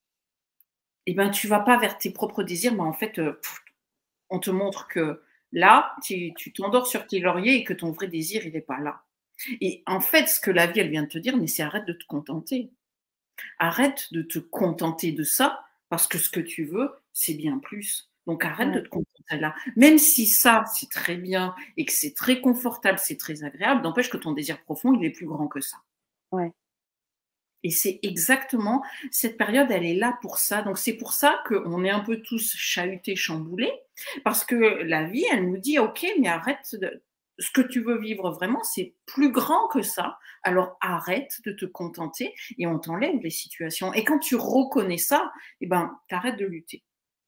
eh ben, tu vas pas vers tes propres désirs, mais en fait, on te montre que là, tu t'endors sur tes lauriers et que ton vrai désir, il est pas là. Et en fait, ce que la vie, elle vient de te dire, mais c'est arrête de te contenter. Arrête de te contenter de ça, parce que ce que tu veux, c'est bien plus. Donc arrête de Ouais, te contenter là. Même si ça, c'est très bien et que c'est très confortable, c'est très agréable, n'empêche que ton désir profond, il est plus grand que ça. ouais, Et c'est exactement cette période, elle est là pour ça. Donc c'est pour ça qu'on est un peu tous chahutés, chamboulés, parce que la vie, elle nous dit: «OK, mais arrête de ce que tu veux vivre vraiment, c'est plus grand que ça. Alors arrête de te contenter et on t'enlève les situations». Et quand tu reconnais ça, eh ben, tu arrêtes de lutter.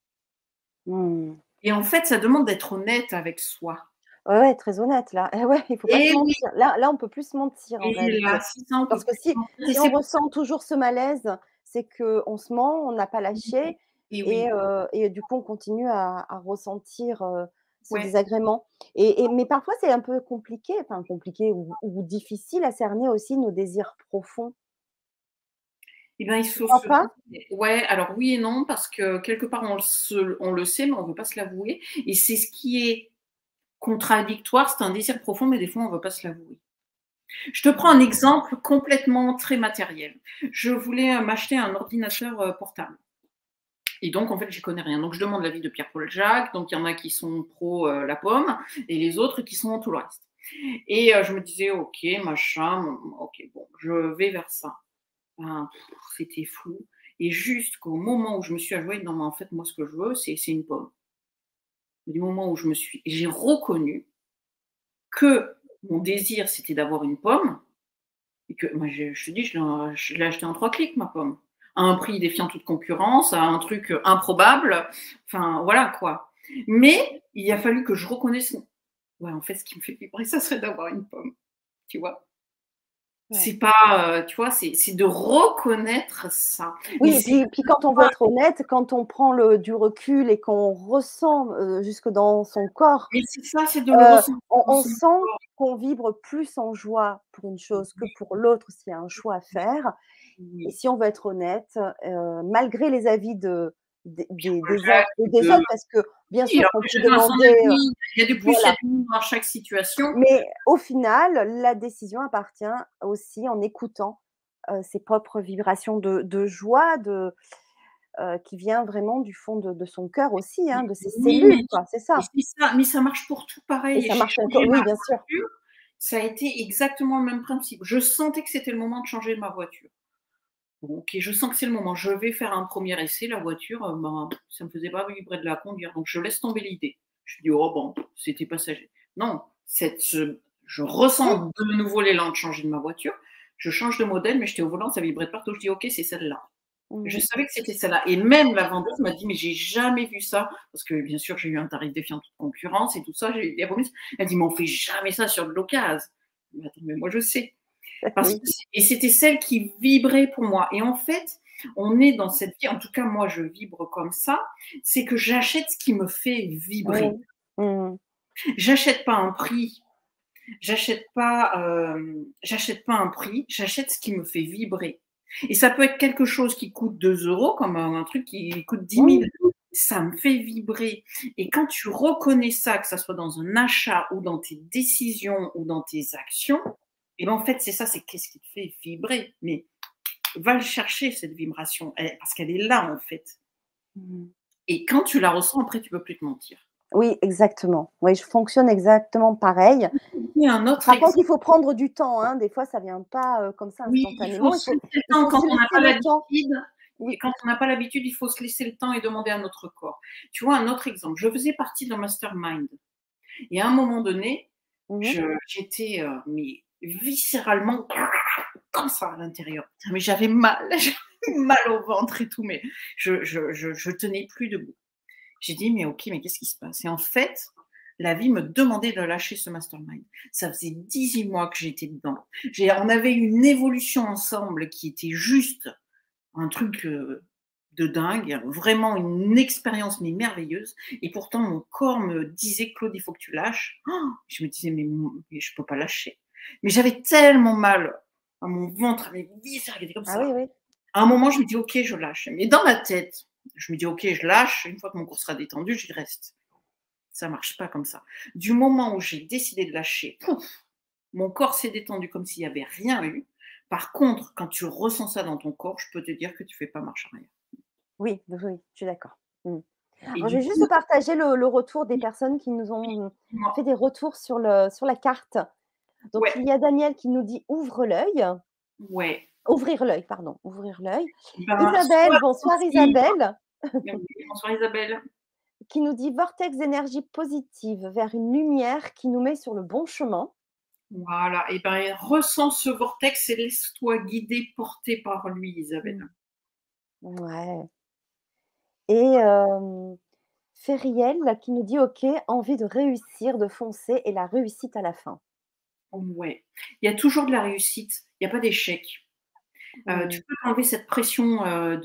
mmh. Et en fait, ça demande d'être honnête avec soi. Ouais, ouais, très honnête là. Eh ouais, il faut pas se Et oui, mentir. Là, on peut plus se mentir en et là, réalité. c'est ça, on peut Parce que plus si mentir et si on c'est pour ça. ressent toujours ce malaise, c'est qu'on se ment, on n'a pas lâché Et oui, et du coup, on continue à ressentir, ce ouais. désagrément mais parfois, c'est un peu compliqué, enfin compliqué ou difficile à cerner aussi nos désirs profonds. Eh ben, il Tu faut crois se pas? ouais, alors oui et non, parce que quelque part on le sait, mais on veut pas se l'avouer et c'est ce qui est contradictoire, c'est un désir profond, mais des fois on veut pas se l'avouer. Je te prends un Mmh. exemple complètement très matériel. Je voulais, m'acheter un ordinateur, portable et donc en fait, j'y connais rien. Donc je demande l'avis de Pierre-Paul Jacques, donc il y en a qui sont pro, la pomme et les autres qui sont tout le reste et je me disais: «OK, machin, OK, bon, je vais vers ça». Ben, c'était flou et jusqu'au moment où je me suis avouée: «Non, mais en fait, moi, ce que je veux, c'est une pomme». Du moment où j'ai reconnu que mon désir, c'était d'avoir une pomme et que moi, je te dis, je l'ai acheté en 3 clics, ma pomme. À un prix défiant toute concurrence, à un truc, improbable, enfin, voilà, quoi. Mais il a fallu que je reconnaisse ouais, en fait, ce qui me fait vibrer, ça serait d'avoir une pomme, tu vois? Ouais. C'est pas, tu vois, c'est de reconnaître ça. Mais Oui et c'est puis quand on veut être honnête, quand on prend du recul et qu'on ressent, jusque dans son corps, Mais c'est ça, c'est de le ressentir dans on son sent corps. qu'on vibre plus en joie pour une chose que pour l'autre s'il y a un choix à faire et Oui, si on veut être honnête, malgré les avis Pierre-Paul des Jacques, autres parce que bien oui, sûr qu'on après peut chacun a son demander, avis, il y a du plus, il y a voilà. du moins dans chaque situation. Mais au final, la décision appartient aussi en écoutant, ses propres vibrations de joie, qui vient vraiment du fond de son cœur aussi, hein, Mais de ses oui, cellules, quoi, c'est mais ça c'est ça, mais ça marche pour tout et pareil et ça j'ai marche encore changé ma oui, bien sûr. voiture, ça a été exactement le même principe. Je sentais que c'était le moment de changer ma voiture. Bon, OK, je sens que c'est le moment. Je vais faire un premier essai. La voiture, ben, ça me faisait pas vibrer de la conduire, donc je laisse tomber l'idée. Je dis: «Oh bon, c'était passager». Non, je Oui. ressens de nouveau l'élan de changer de ma voiture. Je change de modèle, mais j'étais au volant, ça vibrait de partout. Je dis: «OK, c'est celle-là». Je Mmh. savais que c'était celle-là et même la vendeuse m'a dit: «Mais j'ai jamais vu ça», parce que bien sûr, j'ai eu un tarif défiant toute concurrence et tout ça, j'ai eu des remises. Elle dit: «Mais on fait jamais ça sur de l'occasion». Mais attends, mais moi je sais. Parce que Oui. et c'était celle qui vibrait pour moi et en fait, on est dans cette vie, en tout cas moi je vibre comme ça, c'est que j'achète ce qui me fait vibrer. Oui. Mmh. J'achète pas un prix, j'achète pas un prix, j'achète ce qui me fait vibrer et ça peut être quelque chose qui coûte 2 € comme un truc qui coûte 10 000. Mmh. Ça me fait vibrer et quand tu reconnais ça, que ça soit dans un achat ou dans tes décisions ou dans tes actions et ben, en fait, c'est ça, c'est qu'est-ce qui te fait vibrer? Mais va le chercher cette vibration, parce qu'elle est là, en fait Mmh. et quand tu la ressens, après, tu peux plus te mentir. Oui, exactement. Oui, je fonctionne exactement pareil. Et un autre Par contre, exemple, il faut prendre du temps, hein. Des fois, ça vient pas, comme ça oui, il faut instantanément. se laisser le Il temps faut quand se on n'a laisser pas le temps. l'habitude et Oui. quand on n'a pas l'habitude, il faut se laisser le temps et demander à notre corps. Tu vois, un autre exemple, je faisais partie d'un mastermind et à un moment donné, Mmh mh. j'étais, mais viscéralement comme ça à l'intérieur. Mais j'avais mal, j'avais mal au ventre et tout, mais je tenais plus debout. J'ai dit: «Mais OK, mais qu'est-ce qui se passe?» et en fait, la vie me demandait de lâcher ce mastermind. Ça faisait 18 mois que j'étais dedans. On avait une évolution ensemble qui était juste un truc, de dingue, vraiment une expérience, mais merveilleuse et pourtant mon corps me disait: «Claude, il faut que tu lâches». Je me disais: «Mais je peux pas lâcher». Mais j'avais tellement mal à mon ventre, à mes viscères qui étaient comme Ah oui, ça. oui. À un moment, je me dis: «OK, je lâche». Mais dans ma tête, je me dis: «OK, je lâche, une fois que mon corps sera détendu, j'y reste». Ça marche pas comme ça. Du moment où j'ai décidé de lâcher, pouf, mon corps s'est détendu comme s'il y avait rien eu. Par contre, quand tu ressens ça dans ton corps, je peux te dire que tu fais pas marche arrière. Oui, oui, je suis d'accord. Mmh. Et Alors, je du vais juste coup, te partager le retour des oui, personnes qui nous oui, ont dis-moi. fait des retours sur la carte. Donc, Ouais, il y a Daniel qui nous dit: «Ouvre l'œil». ouais. Ouvrir l'œil, pardon, ouvrir l'œil. Ben, Isabelle, soit bonsoir sentir Isabelle, oui, bonsoir Isabelle. qui nous dit: «Vortex d'énergie positive vers une lumière qui nous met sur le bon chemin». Voilà, et ben, ressens ce vortex et laisse-toi guider, porter par lui, Mmh. Isabelle. Ouais. Et Feriel qui nous dit: «OK, envie de réussir, de foncer et la réussite à la fin». Ouais. Il y a toujours de la réussite, il y a pas d'échec. Tu Mmh. peux t'enlever cette pression,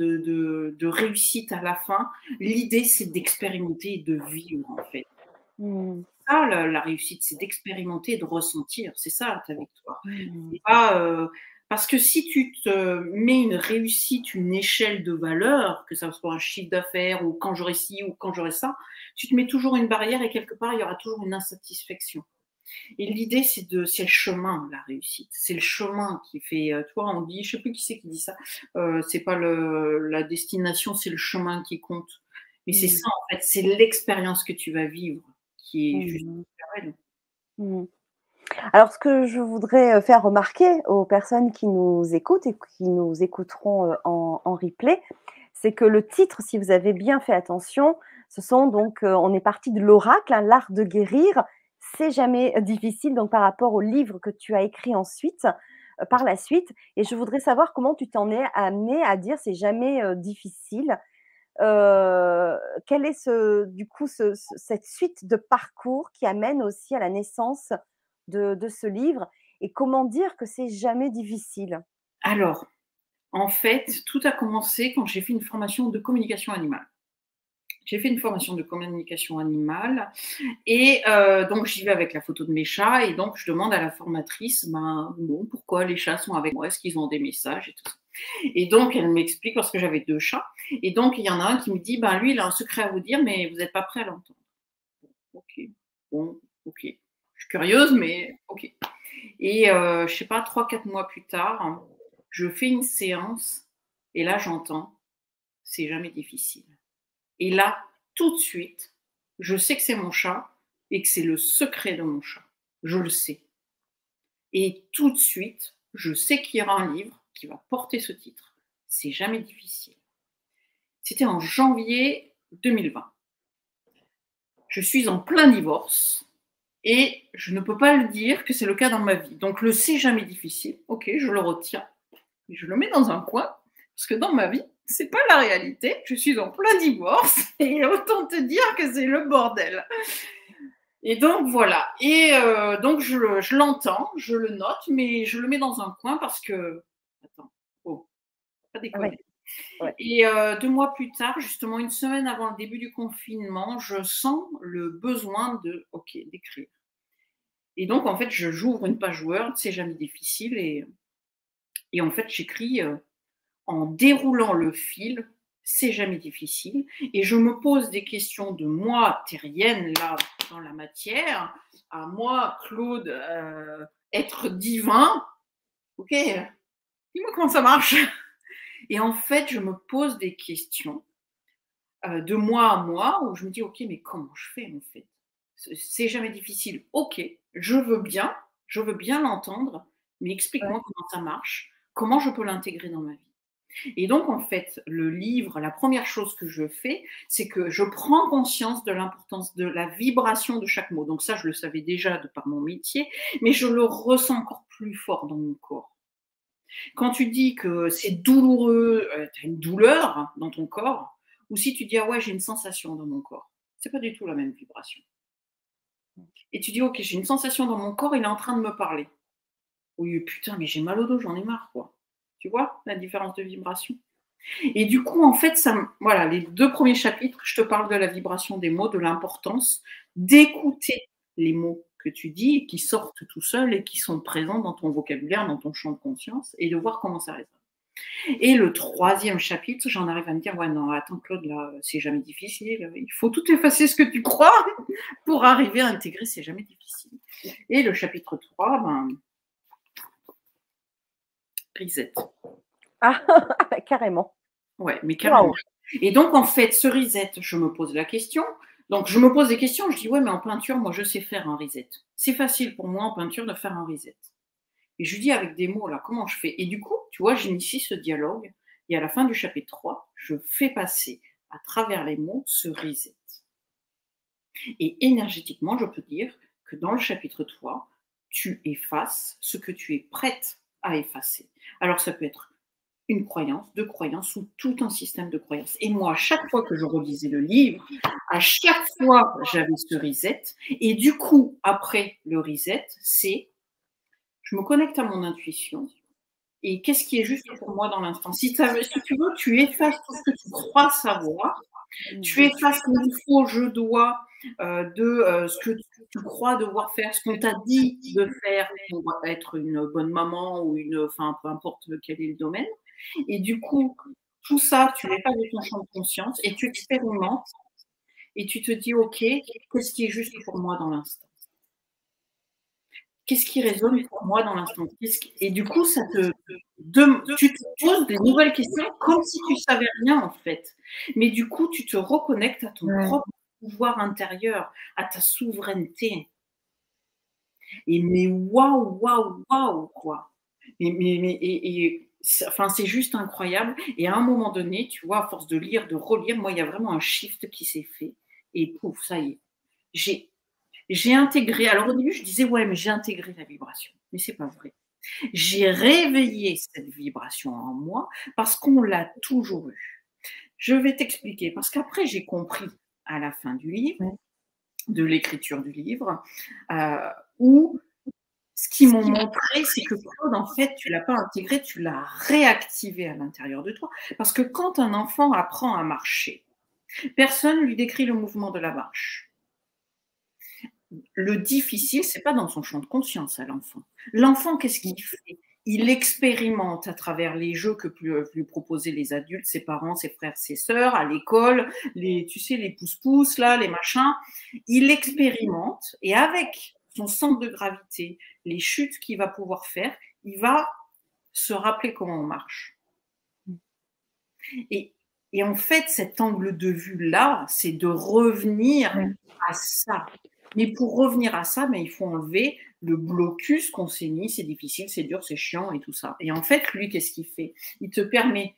de réussite à la fin. L'idée, c'est d'expérimenter et de vivre, en fait. Mmh. Ça, la réussite, c'est d'expérimenter et de ressentir. C'est ça ta victoire. Mmh. C'est pas, parce que si tu te mets une réussite, une échelle de valeur, que ça soit un chiffre d'affaires ou quand j'aurai ci ou quand j'aurai ça, tu te mets toujours une barrière et quelque part, il y aura toujours une insatisfaction. Et l'idée, c'est le chemin, la réussite. C'est le chemin qui fait, toi, on dit, je sais plus qui c'est qui dit ça, c'est pas la destination, c'est le chemin qui compte. Mais c'est Mmh. ça, en fait, c'est l'expérience que tu vas vivre qui est juste Mmh. belle. Mmh. Alors, ce que je voudrais, faire remarquer aux personnes qui nous écoutent et qui nous écouteront, en replay, c'est que le titre, si vous avez bien fait attention, ce sont donc, on est parti de l'oracle, hein, l'art de guérir. C'est jamais difficile, donc par rapport au livre que tu as écrit ensuite, par la suite, et je voudrais savoir comment tu t'en es amenée à dire: «C'est jamais, difficile». Heu, Quel est du coup cette suite de parcours qui amène aussi à la naissance de ce livre, et comment dire que c'est jamais difficile? Alors, en fait, tout a commencé quand j'ai fait une formation de communication animale. J'ai fait une formation de communication animale et donc j'y vais avec la photo de mes chats et donc je demande à la formatrice, ben, bon, pourquoi les chats sont avec moi? Est-ce qu'ils ont des messages et tout ça? Et donc elle m'explique parce que j'avais 2 chats et donc il y en a un qui me dit: «Ben, lui, il a un secret à vous dire, mais vous êtes pas prêt à l'entendre». OK, bon, OK. Je suis curieuse, mais OK. Et je sais pas, 3 4 mois plus tard, je fais une séance et là j'entends: «C'est jamais difficile». Et là, tout de suite, je sais que c'est mon chat et que c'est le secret de mon chat. Je le sais. Et tout de suite, je sais qu'il y aura un livre qui va porter ce titre. C'est jamais difficile. C'était en janvier 2020. Je suis en plein divorce et je ne peux pas le dire que c'est le cas dans ma vie. Donc le c'est jamais difficile, ok, je le retiens, mais je le mets dans un coin parce que dans ma vie, c'est pas la réalité. Je suis en plein divorce et autant te dire que c'est le bordel. Et donc voilà. Et donc je l'entends, je le note, mais je le mets dans un coin parce que attends, oh, pas Ouais, déconner. ouais. Et 2 mois plus tard, justement une semaine avant le début du confinement, je sens le besoin de OK, d'écrire. Et donc en fait, j'ouvre une page Word, c'est jamais difficile et en fait, j'écris, en déroulant le fil, c'est jamais difficile et je me pose des questions de moi, terrienne, là, dans la matière, à moi, Claude, être divin. OK, dis-moi comment ça marche? Et en fait, je me pose des questions, de moi à moi où je me dis: «OK, mais comment je fais, en fait?» C'est jamais difficile. OK, je veux bien l'entendre, mais Ouais. explique-moi comment ça marche, comment je peux l'intégrer dans ma vie? Et donc, en fait, le livre, la première chose que je fais, c'est que je prends conscience de l'importance de la vibration de chaque mot. Donc ça, je le savais déjà de par mon métier, mais je le ressens encore plus fort dans mon corps. Quand tu dis que c'est douloureux, tu as une douleur dans ton corps, ou si tu dis: «Ah ouais, j'ai une sensation dans mon corps». C'est pas du tout la même vibration. Et tu dis: «OK, j'ai une sensation dans mon corps, il est en train de me parler». Oui, putain, mais j'ai mal au dos, j'en ai marre, quoi. Tu vois la différence de vibration? Et du coup, en fait, voilà, les 2 premiers chapitres, je te parle de la vibration des mots, de l'importance d'écouter les mots que tu dis et qui sortent tout seuls et qui sont présents dans ton vocabulaire, dans ton champ de conscience et de voir comment ça résonne. Et le 3e chapitre, j'en arrive à me dire: «Ouais, non, attends Claude, là, c'est jamais difficile, il faut tout effacer ce que tu crois pour arriver à intégrer, c'est jamais difficile». Et le chapitre 3, ben, reset. Ah, carrément. Ouais, mais carrément. Waouh! Et donc, en fait, ce reset, je me pose la question. Donc, je me pose des questions. Je dis, ouais, mais en peinture, moi, je sais faire un reset. C'est facile pour moi en peinture de faire un reset. Et je lui dis avec des mots, là, comment je fais? Et du coup, tu vois, j'initie ce dialogue. Et à la fin du chapitre 3, je fais passer à travers les mots ce reset. Et énergétiquement, je peux dire que dans le chapitre 3, tu effaces ce que tu es prête à effacer. Alors, ça peut être une croyance, deux croyances ou tout un système de croyances. Et moi, à chaque fois que je relisais le livre, à chaque fois, j'avais ce reset. Et du coup, après le reset, c'est je me connecte à mon intuition et qu'est-ce qui est juste pour moi dans l'instant. Si tu veux, tu effaces tout ce que tu crois savoir, tu effaces le faux je dois ce que tu crois devoir faire, ce qu'on t'a dit de faire pour être une bonne maman ou enfin, peu importe quel est le domaine. Et du coup, tout ça, tu l'es pas de ton champ de conscience et tu expérimentes et tu te dis: «OK, qu'est-ce qui est juste pour moi dans l'instant? Qu'est-ce qui résonne pour moi dans l'instant?» Et du coup, tu te poses des nouvelles questions comme si tu savais rien, en fait. Mais du coup, tu te reconnectes à ton Ouais. propre pouvoir intérieur, à ta souveraineté. Et mais waouh, waouh, waouh, quoi! Enfin, c'est juste incroyable et à un moment donné, tu vois, à force de lire, de relire, moi, il y a vraiment un shift qui s'est fait et pouf, ça y est. J'ai j'ai intégré alors au début, je disais: «Ouais, mais j'ai intégré la vibration», mais c'est pas vrai. J'ai réveillé cette vibration en moi parce qu'on l'a toujours eue. Je vais t'expliquer, parce qu'après j'ai compris à la fin du livre, Ouais. de l'écriture du livre, heu, où ce qu'ils m'ont montré, c'est que Claude, en fait, tu l'as pas intégré, tu l'as réactivé à l'intérieur de toi. Parce que quand un enfant apprend à marcher, personne lui décrit le mouvement de la marche. Le difficile, c'est pas dans son champ de conscience à l'enfant. L'enfant, qu'est-ce qu'il fait? Il expérimente à travers les jeux que peuvent lui proposer les adultes, ses parents, ses frères, ses sœurs, à l'école, tu sais, les pousse-pousse, là, les machins. Il expérimente et avec son centre de gravité, les chutes qu'il va pouvoir faire, il va se rappeler comment on marche. Et, et en fait, cet angle de vue-là, c'est de revenir Ouais. à ça. Mais pour revenir à ça, ben, il faut enlever le blocus qu'on s'est mis, c'est difficile, c'est dur, c'est chiant et tout ça. Et en fait, lui, qu'est-ce qu'il fait? Il te permet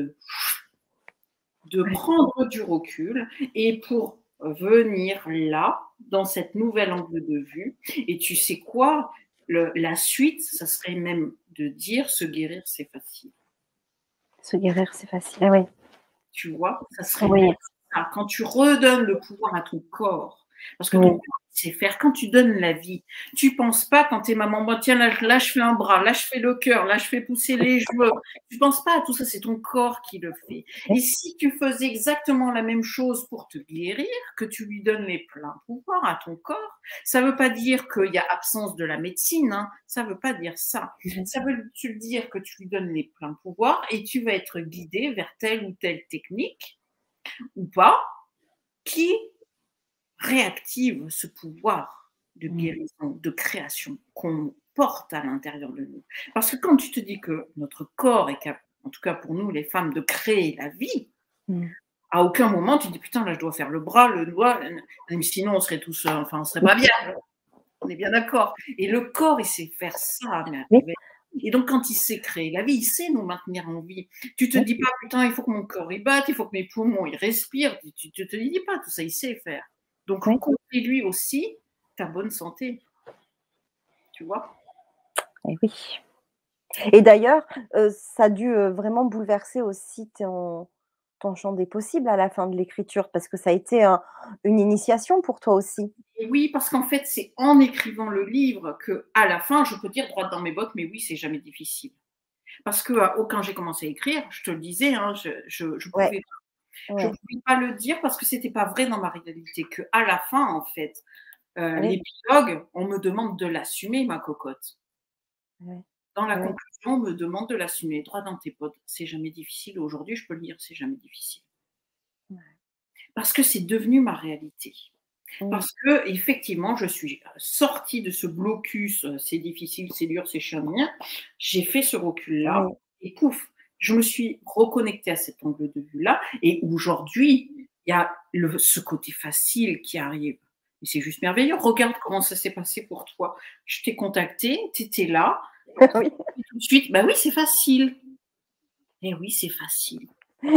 de Ouais. prendre du recul et pour venir là, dans cette nouvelle angle de vue. Et tu sais quoi? La suite, ça serait même de dire se guérir, c'est facile. Se guérir, c'est facile. Ah oui. Tu vois? Ça serait Oui. même ça. Quand tu redonnes le pouvoir à ton corps, parce que ton Oui. corps, il sait faire. Quand tu donnes la vie, tu penses pas quand tu es maman: «Bah, tiens, là, je fais un bras, là, je fais le cœur, là, je fais pousser les cheveux». Tu penses pas à tout ça, c'est ton corps qui le fait. Et si tu faisais exactement la même chose pour te guérir, que tu lui donnes les pleins pouvoirs à ton corps, ça veut pas dire qu'il y a absence de la médecine, hein, ça veut pas dire ça. Ça veut dire que tu lui donnes les pleins pouvoirs et tu vas être guidé vers telle ou telle technique ou pas, qui réactive ce pouvoir de guérison, de création qu'on porte à l'intérieur de nous. Parce que quand tu te dis que notre corps est capable, en tout cas pour nous les femmes, de créer la vie, à aucun moment tu te dis putain là je dois faire le bras, le doigt, même sinon on serait tous, enfin on serait pas bien. On est bien d'accord. Et le corps il sait faire ça, mais et donc, quand il sait créer la vie, il sait nous maintenir en vie. Tu te dis pas, putain, il faut que mon corps il batte, il faut que mes poumons ils respirent. Tu te dis pas tout ça, il sait faire. Donc, Oui. confie-lui aussi ta bonne santé. Tu vois? Et oui. Et d'ailleurs, ça a dû, vraiment bouleverser aussi ton ton champ des possibles à la fin de l'écriture? Parce que ça a été une initiation pour toi aussi. Et oui, parce qu'en fait, c'est en écrivant le livre que, à la fin, je peux dire droit dans mes bottes, mais oui, c'est jamais difficile. Parce que quand j'ai commencé à écrire, je te le disais, hein, Ouais, je ouais, pouvais pas le dire parce que c'était pas vrai dans ma réalité. Que à la fin, en fait, oui, l'épilogue, on me demande de l'assumer, ma cocotte. ouais, Dans la oui, conclusion, on me demande de l'assumer. Droit dans tes potes, c'est jamais difficile. Aujourd'hui, je peux le dire, c'est jamais difficile. ouais. Parce que c'est devenu ma réalité. Mmh. Parce que effectivement, je suis sortie de ce blocus, c'est difficile, c'est dur, c'est chiant, j'ai fait ce recul-là Oui, et pouf, je me suis reconnectée à cet angle de vue-là et aujourd'hui, il y a ce côté facile qui arrive. Et c'est juste merveilleux. Regarde comment ça s'est passé pour toi. Je t'ai contacté, tu étais là, oui, tout de suite, bah oui, c'est facile. Et oui, c'est facile.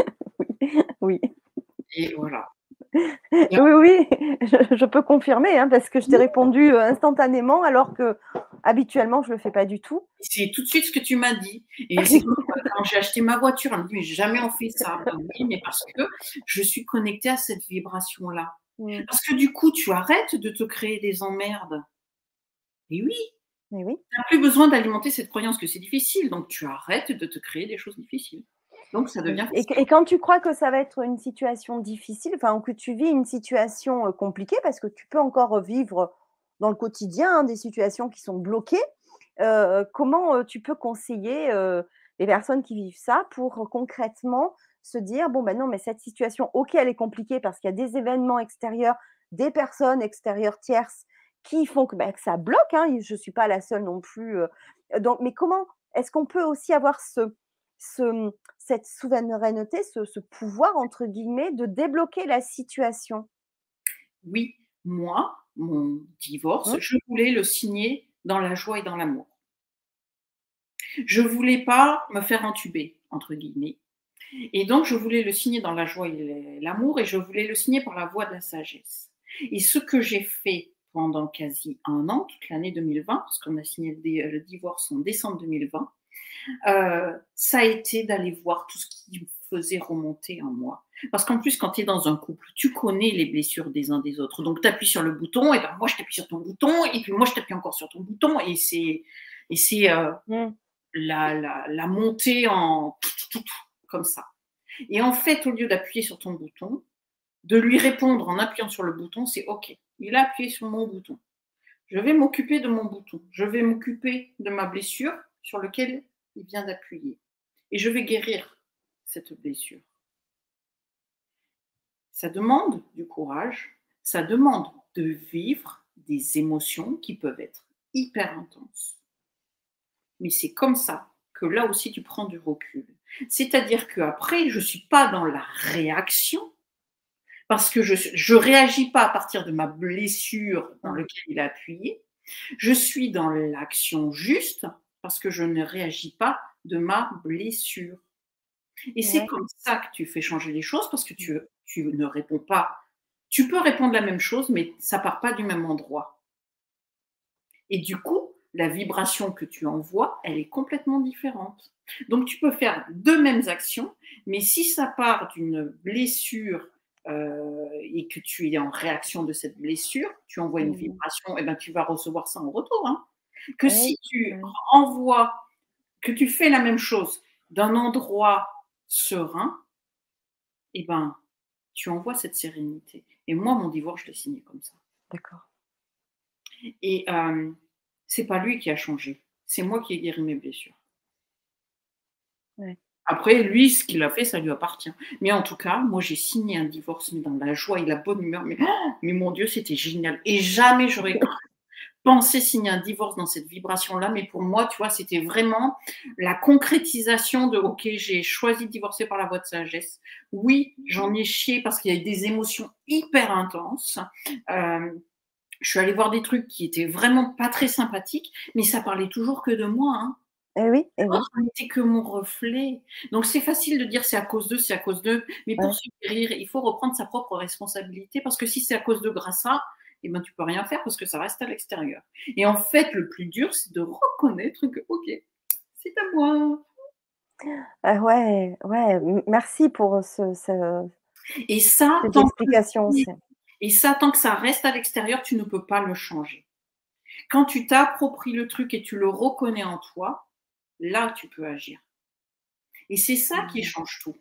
oui. Et voilà. Et Oui, oui, je peux confirmer, hein, parce que je t'ai répondu, instantanément alors que habituellement je le fais pas du tout. c'est tout de suite ce que tu m'as dit. Et c'est comme quand j'ai acheté ma voiture, elle me dit: «Mais jamais on fait ça». Ben oui, mais parce que je suis connectée à cette vibration-là. Mmh. Parce que du coup, tu arrêtes de te créer des emmerdes. Et oui, Mais oui. tu as plus besoin d'alimenter cette croyance que c'est difficile, donc tu arrêtes de te créer des choses difficiles. Donc ça Oui devient et facile. quand tu crois que ça va être une situation difficile, enfin, ou que tu vis une situation, compliquée, parce que tu peux encore vivre dans le quotidien, hein, des situations qui sont bloquées, comment, tu peux conseiller, les personnes qui vivent ça pour, concrètement se dire: «Bon, ben, non, mais cette situation, OK, elle est compliquée parce qu'il y a des événements extérieurs, des personnes extérieures tierces qui font que, bah, que ça bloque, hein, je ne suis pas la seule non plus», donc mais comment est-ce qu'on peut aussi avoir ce, cette souveraineté, ce «pouvoir» entre guillemets de débloquer la situation? Oui, moi, mon divorce, Mmh, je voulais le signer dans la joie et dans l'amour. Je voulais pas me faire «entuber» entre guillemets. Et donc, je voulais le signer dans la joie et l'amour et je voulais le signer par la voie de la sagesse. Et ce que j'ai fait pendant quasi un an, toute l'année 2020, parce qu'on a signé le divorce en décembre 2020, ça a été d'aller voir tout ce qui me faisait remonter en moi. Parce qu'en plus, quand tu es dans un couple, tu connais les blessures des uns des autres. Donc, tu appuies sur le bouton, et ben moi, je t'appuie sur ton bouton, et puis moi, je t'appuie encore sur ton bouton, et c'est mmh, la montée en comme ça. Et en fait, au lieu d'appuyer sur ton bouton, de lui répondre en appuyant sur le bouton, c'est OK. Il a appuyé sur mon bouton. Je vais m'occuper de mon bouton. Je vais m'occuper de ma blessure sur laquelle il vient d'appuyer. Et je vais guérir cette blessure. Ça demande du courage, ça demande de vivre des émotions qui peuvent être hyper intenses. Mais c'est comme ça que là aussi tu prends du recul. C'est-à-dire qu'après, je ne suis pas dans la réaction, parce que je réagis pas à partir de ma blessure dans mmh, laquelle il a appuyé. Je suis dans l'action juste parce que je ne réagis pas de ma blessure. Et c'est ouais, comme ça que tu fais changer les choses parce que tu ne réponds pas. Tu peux répondre la même chose, mais ça part pas du même endroit. Et du coup, la vibration que tu envoies, elle est complètement différente. Donc, tu peux faire deux mêmes actions, mais si ça part d'une blessure et que tu es en réaction de cette blessure, tu envoies une mmh, vibration, et ben, tu vas recevoir ça en retour. Hein. Que oui, si tu oui, envoies, que tu fais la même chose d'un endroit serein, et ben, tu envoies cette sérénité. Et moi, mon divorce, je l'ai signé comme ça. d'accord, Et c'est pas lui qui a changé, c'est moi qui ai guéri mes blessures. ouais. Après, lui, ce qu'il a fait, ça lui appartient. Mais en tout cas, moi, j'ai signé un divorce, mais dans la joie et la bonne humeur. Mais mon Dieu, c'était génial. Et jamais j'aurais pensé signer un divorce dans cette vibration-là. Mais pour moi, tu vois, c'était vraiment la concrétisation de OK, j'ai choisi de divorcer par la voie de sagesse. Oui, j'en ai chié parce qu'il y a eu des émotions hyper intenses. Euh, je suis allée voir des trucs qui étaient vraiment pas très sympathiques, mais ça parlait toujours que de moi. Hein. Eh oui, L'autre n'était que mon reflet. Donc c'est facile de dire c'est à cause d'eux, c'est à cause d'eux, mais pour ouais, se guérir, il faut reprendre sa propre responsabilité parce que si c'est à cause de grâce à, eh ben tu peux rien faire parce que ça reste à l'extérieur. Et en fait, le plus dur, c'est de reconnaître que OK, c'est à moi. Ah ouais, ouais, merci pour Et ça, ces tant explications. que et ça, tant que ça reste à l'extérieur, tu ne peux pas le changer. Quand tu t'appropries le truc et tu le reconnais en toi, là, tu peux agir. Et c'est ça qui Mmh. change tout.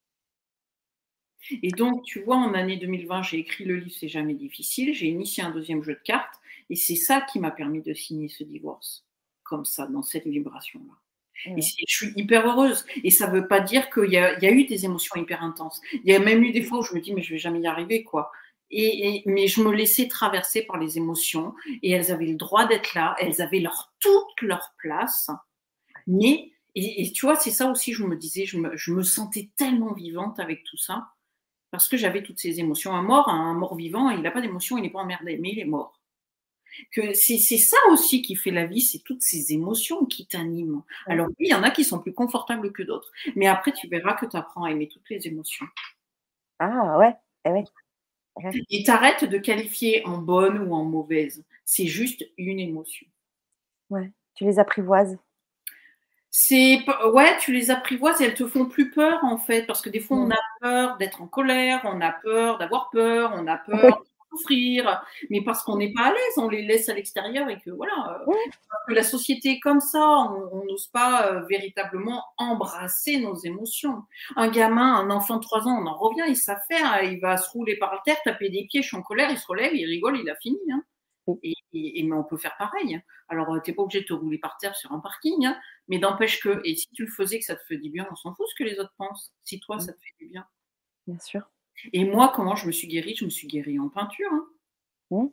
Et donc, tu vois, en année 2020, j'ai écrit le livre C'est jamais difficile, j'ai initié un deuxième jeu de cartes, et c'est ça qui m'a permis de signer ce divorce, comme ça, dans cette vibration-là. Et Ouais. je suis hyper heureuse. Et ça ne veut pas dire il y a eu des émotions hyper intenses. Il y a même eu des fois où je me dis, mais je vais jamais y arriver, quoi. Mais je me laissais traverser par les émotions et elles avaient le droit d'être là, elles avaient toute leur place. Mais, et tu vois, c'est ça aussi, je me disais, je me sentais tellement vivante avec tout ça parce que j'avais toutes ces émotions. Un mort vivant, il n'a pas d'émotion, il n'est pas emmerdé, mais il est mort. Que c'est ça aussi qui fait la vie, c'est toutes ces émotions qui t'animent. Ouais. Alors oui, il y en a qui sont plus confortables que d'autres, mais après tu verras que tu apprends à aimer toutes les émotions. Ah ouais, eh ouais, ouais, Et t'arrêtes de qualifier en bonne ou en mauvaise. C'est juste une émotion. ouais. Tu les apprivoises. Ouais, tu les apprivoises et elles te font plus peur en fait, parce que des fois on Mmh. a peur d'être en colère, on a peur d'avoir peur, on a peur Oui. de souffrir, mais parce qu'on n'est pas à l'aise, on les laisse à l'extérieur et que voilà, Mmh. parce que la société est comme ça, on n'ose pas véritablement embrasser nos émotions. Un gamin, un enfant de 3 ans, on en revient, il sait faire, il va se rouler par terre, taper des pieds, je suis en colère, il se relève, il rigole, il a fini. Hein. Oui. Mais on peut faire pareil. Alors, tu n'es pas obligé de te rouler par terre sur un parking, hein, mais n'empêche que, et si tu le faisais, que ça te fait du bien, on s'en fout ce que les autres pensent, si toi, Mmh. ça te fait du bien. Bien sûr. Et moi, comment je me suis guérie? Je me suis guérie en peinture. Hein. Mmh.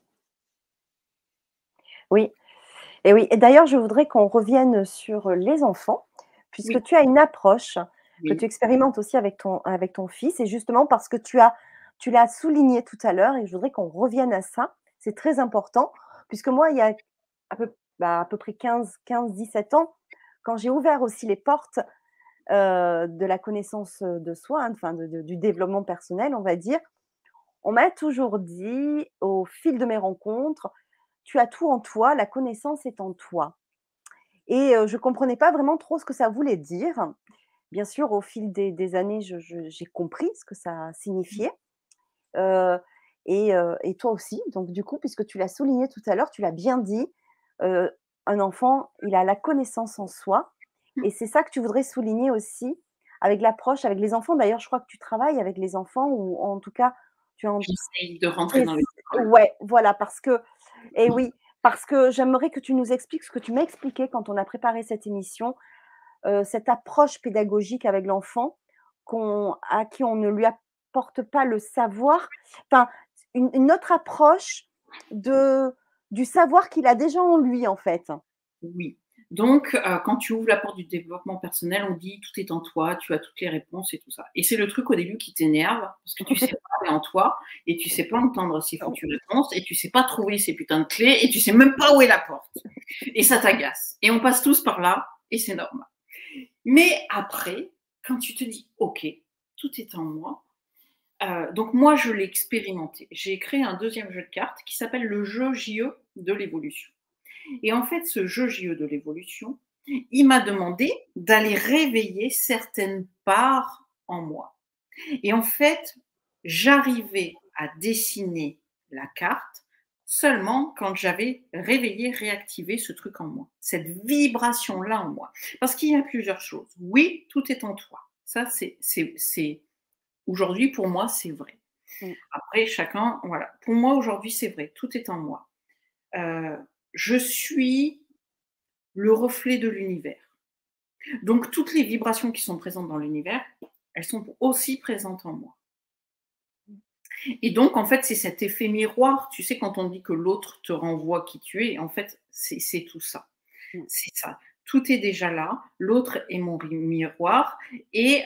Oui. Et oui, et d'ailleurs, je voudrais qu'on revienne sur les enfants, puisque Oui, tu as une approche que tu oui. expérimentes aussi avec ton fils, et justement parce que tu l'as souligné tout à l'heure, et je voudrais qu'on revienne à ça. C'est très important, puisque moi, il y a à peu près 15-17 ans, quand j'ai ouvert aussi les portes de la connaissance de soi, hein, enfin du développement personnel, on va dire, on m'a toujours dit, au fil de mes rencontres, tu as tout en toi, la connaissance est en toi. Et je ne comprenais pas vraiment trop ce que ça voulait dire. Bien sûr, au fil des années, j'ai compris ce que ça signifiait, heu et toi aussi. Donc du coup, puisque tu l'as souligné tout à l'heure, tu l'as bien dit, heu, un enfant, il a la connaissance en soi, et c'est ça que tu voudrais souligner aussi avec l'approche avec les enfants. D'ailleurs, je crois que tu travailles avec les enfants, ou en tout cas, tu en J'essaye de rentrer c'est dans les écoles. ouais, voilà, parce que et oui, parce que j'aimerais que tu nous expliques ce que tu m'as expliqué quand on a préparé cette émission, cette approche pédagogique avec l'enfant à qui on ne lui apporte pas le savoir, enfin, une autre approche de du savoir qu'il a déjà en lui, en fait. Oui. Donc, quand tu ouvres la porte du développement personnel, on dit tout est en toi, tu as toutes les réponses et tout ça. Et c'est le truc au début qui t'énerve parce que tu sais pas aller en toi et tu sais pas entendre ces foutues réponses et tu sais pas trouver ces putains de clés et tu sais même pas où est la porte. Et ça t'agace. Et on passe tous par là et c'est normal. Mais après, quand tu te dis OK, tout est en moi. Donc moi, je l'ai expérimenté. J'ai créé un deuxième jeu de cartes qui s'appelle le jeu JE de l'évolution. Et en fait, ce jeu JE de l'évolution, il m'a demandé d'aller réveiller certaines parts en moi. Et en fait, j'arrivais à dessiner la carte seulement quand j'avais réveillé, réactivé ce truc en moi, cette vibration-là en moi. Parce qu'il y a plusieurs choses. Oui, tout est en toi. Ça, c'est aujourd'hui, pour moi, c'est vrai. Mmh. Après, chacun, voilà. Pour moi, aujourd'hui, c'est vrai. Tout est en moi. Euh, je suis le reflet de l'univers. Donc, toutes les vibrations qui sont présentes dans l'univers, elles sont aussi présentes en moi. Et donc, en fait, c'est cet effet miroir. Tu sais, quand on dit que l'autre te renvoie qui tu es, en fait, c'est tout ça. Mmh. C'est ça. Tout est déjà là. L'autre est mon miroir. Et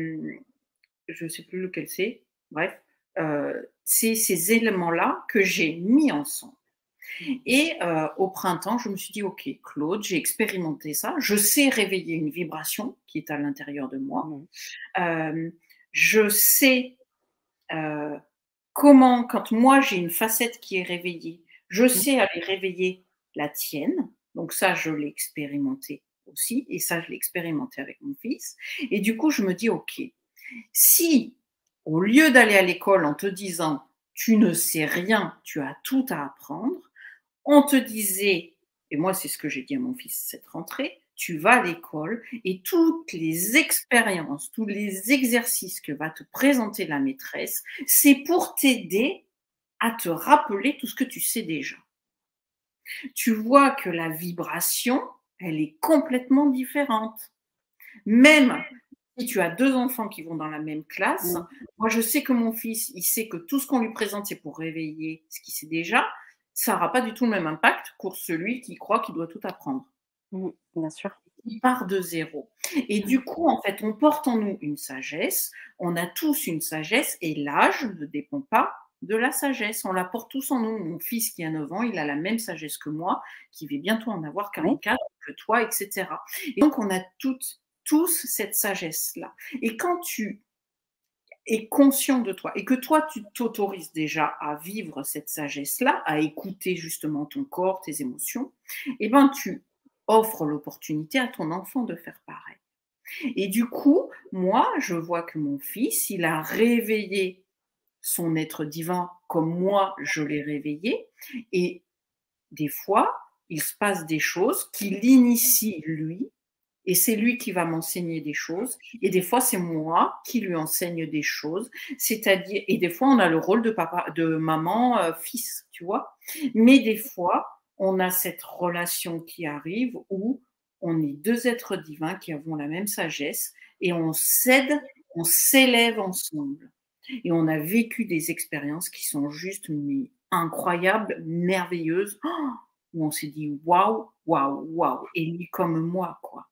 je ne sais plus lequel c'est. Bref, c'est ces éléments-là que j'ai mis ensemble. Et au printemps, je me suis dit, OK, Claude, j'ai expérimenté ça. Je sais réveiller une vibration qui est à l'intérieur de moi. Mmh. Je sais comment, quand moi j'ai une facette qui est réveillée, je Mmh. sais aller réveiller la tienne. Donc ça, je l'ai expérimenté aussi, et ça, je l'ai expérimenté avec mon fils. Et du coup, je me dis, OK, si au lieu d'aller à l'école en te disant, tu ne sais rien, tu as tout à apprendre, on te disait, et moi c'est ce que j'ai dit à mon fils cette rentrée, tu vas à l'école et toutes les expériences, tous les exercices que va te présenter la maîtresse, c'est pour t'aider à te rappeler tout ce que tu sais déjà. Tu vois que la vibration, elle est complètement différente. Même si tu as 2 enfants qui vont dans la même classe, Mmh. moi je sais que mon fils, il sait que tout ce qu'on lui présente, c'est pour réveiller ce qu'il sait déjà. Ça n'aura pas du tout le même impact pour celui qui croit qu'il doit tout apprendre. Mmh. Bien sûr. Il part de zéro. Et Mmh. du coup, en fait, on porte en nous une sagesse, on a tous une sagesse et l'âge ne dépend pas de la sagesse. On la porte tous en nous. Mon fils qui a 9 ans, il a la même sagesse que moi, qui va bientôt en avoir Oui. 44, que toi, etc. Et donc, on a tous cette sagesse-là. Et quand tu es conscient de toi et que toi, tu t'autorises déjà à vivre cette sagesse-là, à écouter justement ton corps, tes émotions, eh ben, tu offres l'opportunité à ton enfant de faire pareil. Et du coup, moi, je vois que mon fils, il a réveillé son être divin comme moi, je l'ai réveillé. Et des fois, il se passe des choses qui l'initient lui, et c'est lui qui va m'enseigner des choses. Et des fois, c'est moi qui lui enseigne des choses. C'est-à-dire, et des fois, on a le rôle de papa, de maman, fils, tu vois. Mais des fois, on a cette relation qui arrive où on est deux êtres divins qui avons la même sagesse et on s'aide, on s'élève ensemble. Et on a vécu des expériences qui sont juste mais, incroyables, merveilleuses, où on s'est dit waouh, waouh, waouh. Et lui comme moi, quoi.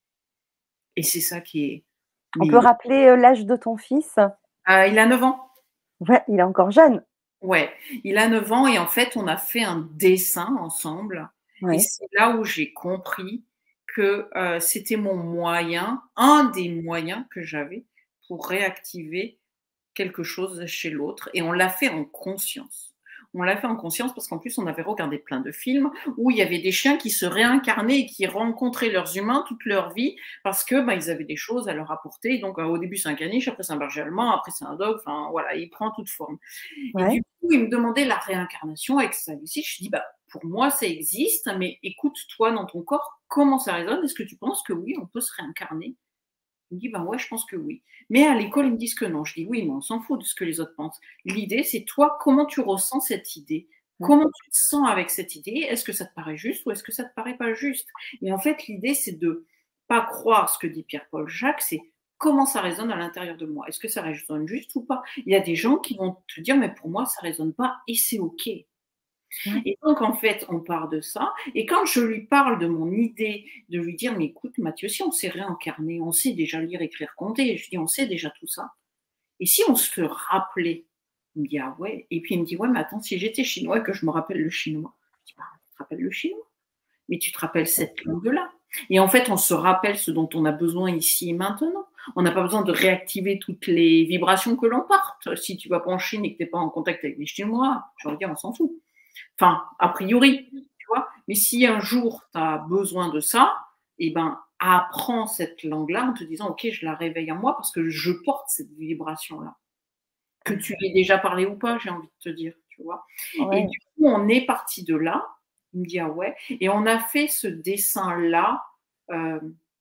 Et c'est ça qui est On peut mais rappeler, l'âge de ton fils? il a 9 ans. Ouais, il est encore jeune. Ouais, il a 9 ans et en fait, on a fait un dessin ensemble et Oui. c'est là où j'ai compris que, c'était mon moyen, un des moyens que j'avais pour réactiver quelque chose chez l'autre et on l'a fait en conscience. On l'a fait en conscience parce qu'en plus, on avait regardé plein de films où il y avait des chiens qui se réincarnaient et qui rencontraient leurs humains toute leur vie parce que, bah, ils avaient des choses à leur apporter. Donc, au début, c'est un caniche, après, c'est un berger allemand, après, c'est un dog. Enfin, voilà, il prend toute forme. Et Ouais. du coup, il me demandait la réincarnation avec sa Lucie. Je dis, bah, pour moi, ça existe, mais écoute, toi, dans ton corps, comment ça résonne? Est-ce que tu penses que oui, on peut se réincarner? Il me dit, ben ouais, je pense que oui. Mais à l'école, ils me disent que non. Je dis, oui, mais on s'en fout de ce que les autres pensent. L'idée, c'est toi, comment tu ressens cette idée? Mmh. Comment tu te sens avec cette idée? Est-ce que ça te paraît juste ou est-ce que ça te paraît pas juste? Et en fait, l'idée, c'est de pas croire ce que dit Pierre-Paul Jacques, c'est comment ça résonne à l'intérieur de moi. Est-ce que ça résonne juste ou pas? Il y a des gens qui vont te dire, mais pour moi, ça résonne pas et c'est OK. Ouais. Et donc, en fait, on part de ça. Et quand je lui parle de mon idée, de lui dire, mais écoute, Mathieu, si on s'est réincarné, on sait déjà lire, écrire, compter. Je dis, on sait déjà tout ça. Et si on se le rappelait? Il me dit, ah ouais. Et puis il me dit, ouais, mais attends, si j'étais chinois et que je me rappelle le chinois. Je dis, bah, tu te rappelles le chinois, mais tu te rappelles cette langue-là. Et en fait, on se rappelle ce dont on a besoin ici et maintenant. On n'a pas besoin de réactiver toutes les vibrations que l'on porte. Si tu vas pas en Chine et que tu n'es pas en contact avec les Chinois, je veux dire, on s'en fout. Enfin, a priori, tu vois. Mais si un jour tu as besoin de ça, eh ben, apprends cette langue-là en te disant, OK, je la réveille en moi parce que je porte cette vibration-là. Que tu l'aies déjà parlé ou pas, j'ai envie de te dire, tu vois. Et Ouais. du coup, on est parti de là. Il me dit, ah ouais. Et on a fait ce dessin-là. euh,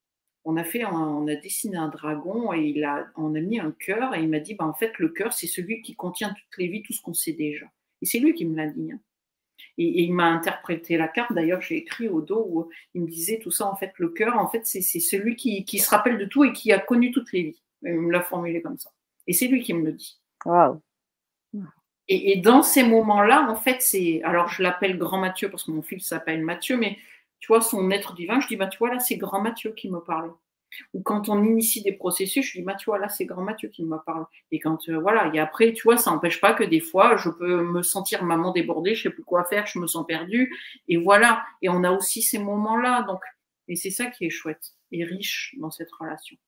on a dessiné un dragon et on a mis un cœur et il m'a dit, bah, en fait, le cœur, c'est celui qui contient toutes les vies, tout ce qu'on sait déjà. Et c'est lui qui me l'a dit. Hein. Et il m'a interprété la carte. D'ailleurs, j'ai écrit au dos où il me disait tout ça. En fait, le cœur, en fait, c'est celui qui se rappelle de tout et qui a connu toutes les vies. Il me l'a formulé comme ça. Et c'est lui qui me le dit. Waouh! Et dans ces moments-là, en fait, alors je l'appelle Grand Mathieu parce que mon fils s'appelle Mathieu, mais tu vois, son être divin, je dis, bah, tu vois, là, c'est Grand Mathieu qui me parle. Ou quand on initie des processus, je dis, bah, tu vois, là, c'est Grand Mathieu qui me parle. Et quand, voilà, et après, tu vois, ça n'empêche pas que des fois, je peux me sentir maman débordée, je sais plus quoi faire, je me sens perdue. Et voilà. Et on a aussi ces moments-là. Donc, et c'est ça qui est chouette et riche dans cette relation.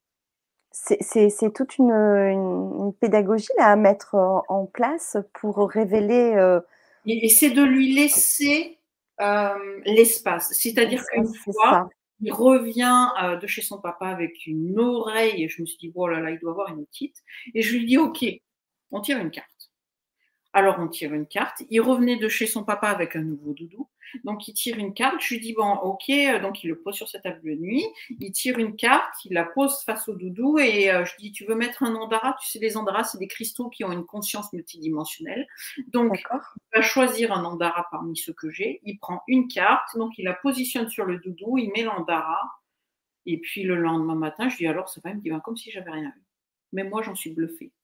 C'est toute une pédagogie là à mettre en place pour révéler, Et c'est de lui laisser l'espace. C'est-à-dire qu'une l'espace, c'est fois, ça. Il revient de chez son papa avec une oreille et je me suis dit: «Oh là là, il doit avoir une otite» et je lui dis: «OK, on tire une carte». Alors on tire une carte. Il revenait de chez son papa avec un nouveau doudou. Donc il tire une carte. Je lui dis bon, ok. Donc il le pose sur sa table de nuit. Il tire une carte, il la pose face au doudou et je dis tu veux mettre un andara. Tu sais les andaras c'est des cristaux qui ont une conscience multidimensionnelle. Donc D'accord. il va choisir un andara parmi ceux que j'ai. Il prend une carte, donc il la positionne sur le doudou, il met l'andara. Et puis le lendemain matin, je dis alors ça va, il me dit ben, comme si j'avais rien vu. Mais moi j'en suis bluffée.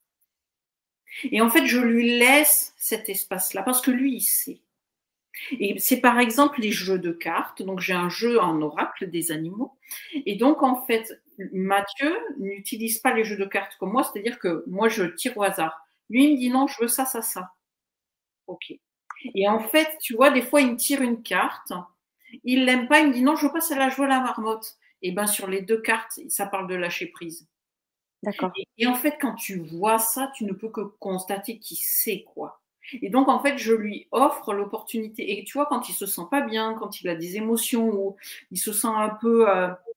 Et en fait, je lui laisse cet espace-là parce que lui, il sait. Et c'est par exemple les jeux de cartes. Donc, j'ai un jeu en oracle des animaux. Et donc, en fait, Mathieu n'utilise pas les jeux de cartes comme moi, c'est-à-dire que moi, je tire au hasard. Lui, il me dit non, je veux ça, ça, ça. OK. Et en fait, tu vois, des fois, il me tire une carte. Il l'aime pas, il me dit non, je veux pas celle-là, je veux la marmotte. Et ben sur les deux cartes, ça parle de lâcher prise. D'accord. Et en fait, quand tu vois ça, tu ne peux que constater qu'il sait quoi. Et donc, en fait, je lui offre l'opportunité. Et tu vois, quand il se sent pas bien, quand il a des émotions ou il se sent un peu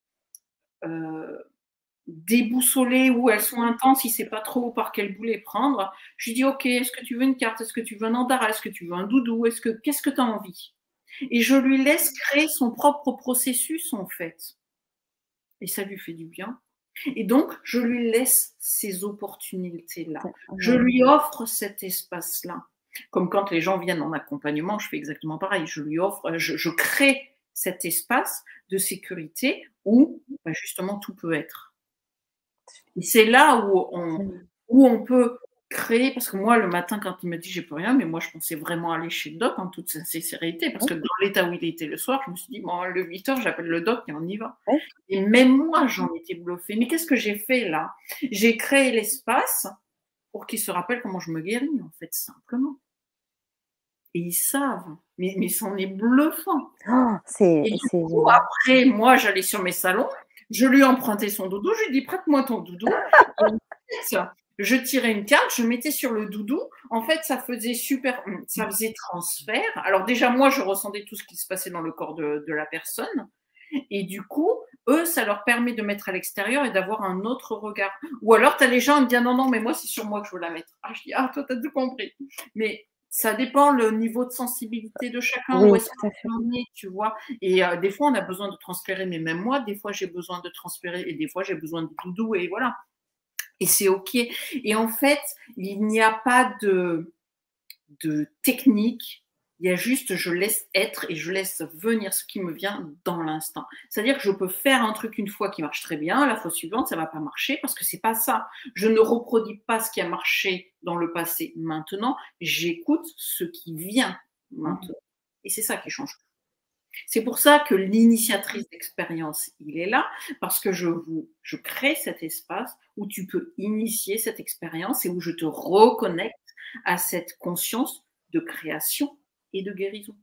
euh, déboussolé ou elles sont intenses, il sait pas trop par quel bout les prendre, je lui dis, OK, est-ce que tu veux une carte? Est-ce que tu veux un andara? Est-ce que tu veux un doudou? Qu'est-ce que tu as envie? Et je lui laisse créer son propre processus, en fait. Et ça lui fait du bien. Et donc, je lui laisse ces opportunités-là. Je lui offre cet espace-là. Comme quand les gens viennent en accompagnement, je fais exactement pareil. Je lui offre, je crée cet espace de sécurité où ben, justement tout peut être. Et c'est là où on peut créer, parce que moi, le matin, quand il me dit j'ai plus rien, mais moi, je pensais vraiment aller chez le doc en toute sincérité, parce que dans l'état où il était le soir, je me suis dit, bon, le 8h, j'appelle le doc et on y va. Ouais. Et même moi, j'en étais bluffée. Mais qu'est-ce que j'ai fait là? J'ai créé l'espace pour qu'ils se rappellent comment je me guéris, en fait, simplement. Et ils savent. Mais c'en est bluffant. Oh, c'est Et du coup, génial. après, moi, j'allais sur mes salons, je lui empruntais son doudou, je lui dis prête-moi ton doudou. Et ensuite, je tirais une carte, je mettais sur le doudou. En fait, ça faisait ça faisait transfert. Alors déjà, moi, je ressentais tout ce qui se passait dans le corps de la personne. Et du coup, eux, ça leur permet de mettre à l'extérieur et d'avoir un autre regard. Ou alors, tu as les gens qui me disent non, non, mais moi, c'est sur moi que je veux la mettre. Ah, je dis, ah, toi, tu as tout compris. Mais ça dépend le niveau de sensibilité de chacun, où Oui, est-ce tout à fait. qu'on en est, tu vois. Et des fois, on a besoin de transférer, mais même moi, des fois, j'ai besoin de transférer et des fois, j'ai besoin de doudou et voilà. Et c'est OK. Et en fait, il n'y a pas de technique. Il y a juste, je laisse être et je laisse venir ce qui me vient dans l'instant. C'est-à-dire que je peux faire un truc une fois qui marche très bien, la fois suivante, ça va pas marcher parce que c'est pas ça. Je ne reproduis pas ce qui a marché dans le passé maintenant. J'écoute ce qui vient maintenant. Et c'est ça qui change. C'est pour ça que l'initiatrice d'expérience, il est là, parce que je crée cet espace où tu peux initier cette expérience et où je te reconnecte à cette conscience de création et de guérison.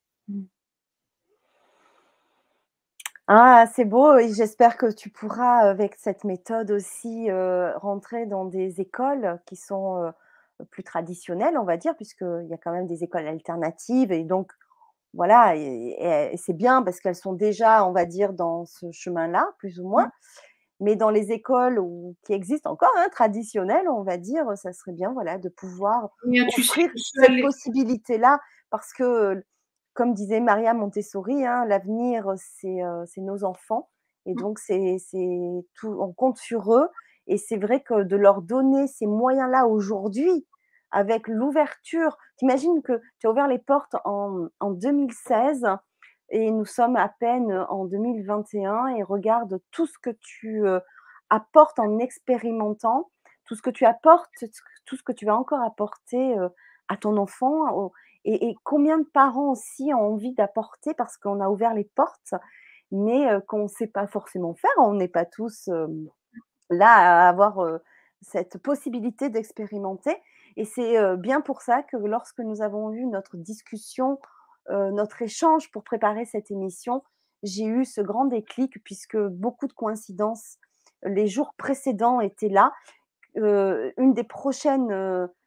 Ah, c'est beau et j'espère que tu pourras, avec cette méthode aussi, rentrer dans des écoles qui sont, plus traditionnelles, on va dire, puisqu'il y a quand même des écoles alternatives et donc voilà et c'est bien parce qu'elles sont déjà, on va dire, dans ce chemin-là, plus ou moins. Mais dans les écoles qui existent encore, hein, traditionnelles, on va dire, ça serait bien, voilà, de pouvoir Mais tu sais, offrir je suis cette allée. possibilité-là parce que, comme disait Maria Montessori, hein, l'avenir, c'est nos enfants et donc c'est tout on compte sur eux et c'est vrai que de leur donner ces moyens-là aujourd'hui, avec l'ouverture tu imagines que tu as ouvert les portes en 2016 et nous sommes à peine en 2021 et regarde tout ce que tu, apportes en expérimentant, tout ce que tu apportes, tout ce que tu vas encore apporter, à ton enfant au et combien de parents aussi ont envie d'apporter parce qu'on a ouvert les portes, mais qu'on ne sait pas forcément faire. On n'est pas tous, là à avoir, cette possibilité d'expérimenter et c'est, bien pour ça que lorsque nous avons eu notre discussion, notre échange pour préparer cette émission, j'ai eu ce grand déclic puisque beaucoup de coïncidences, les jours précédents étaient là. Une des prochaines,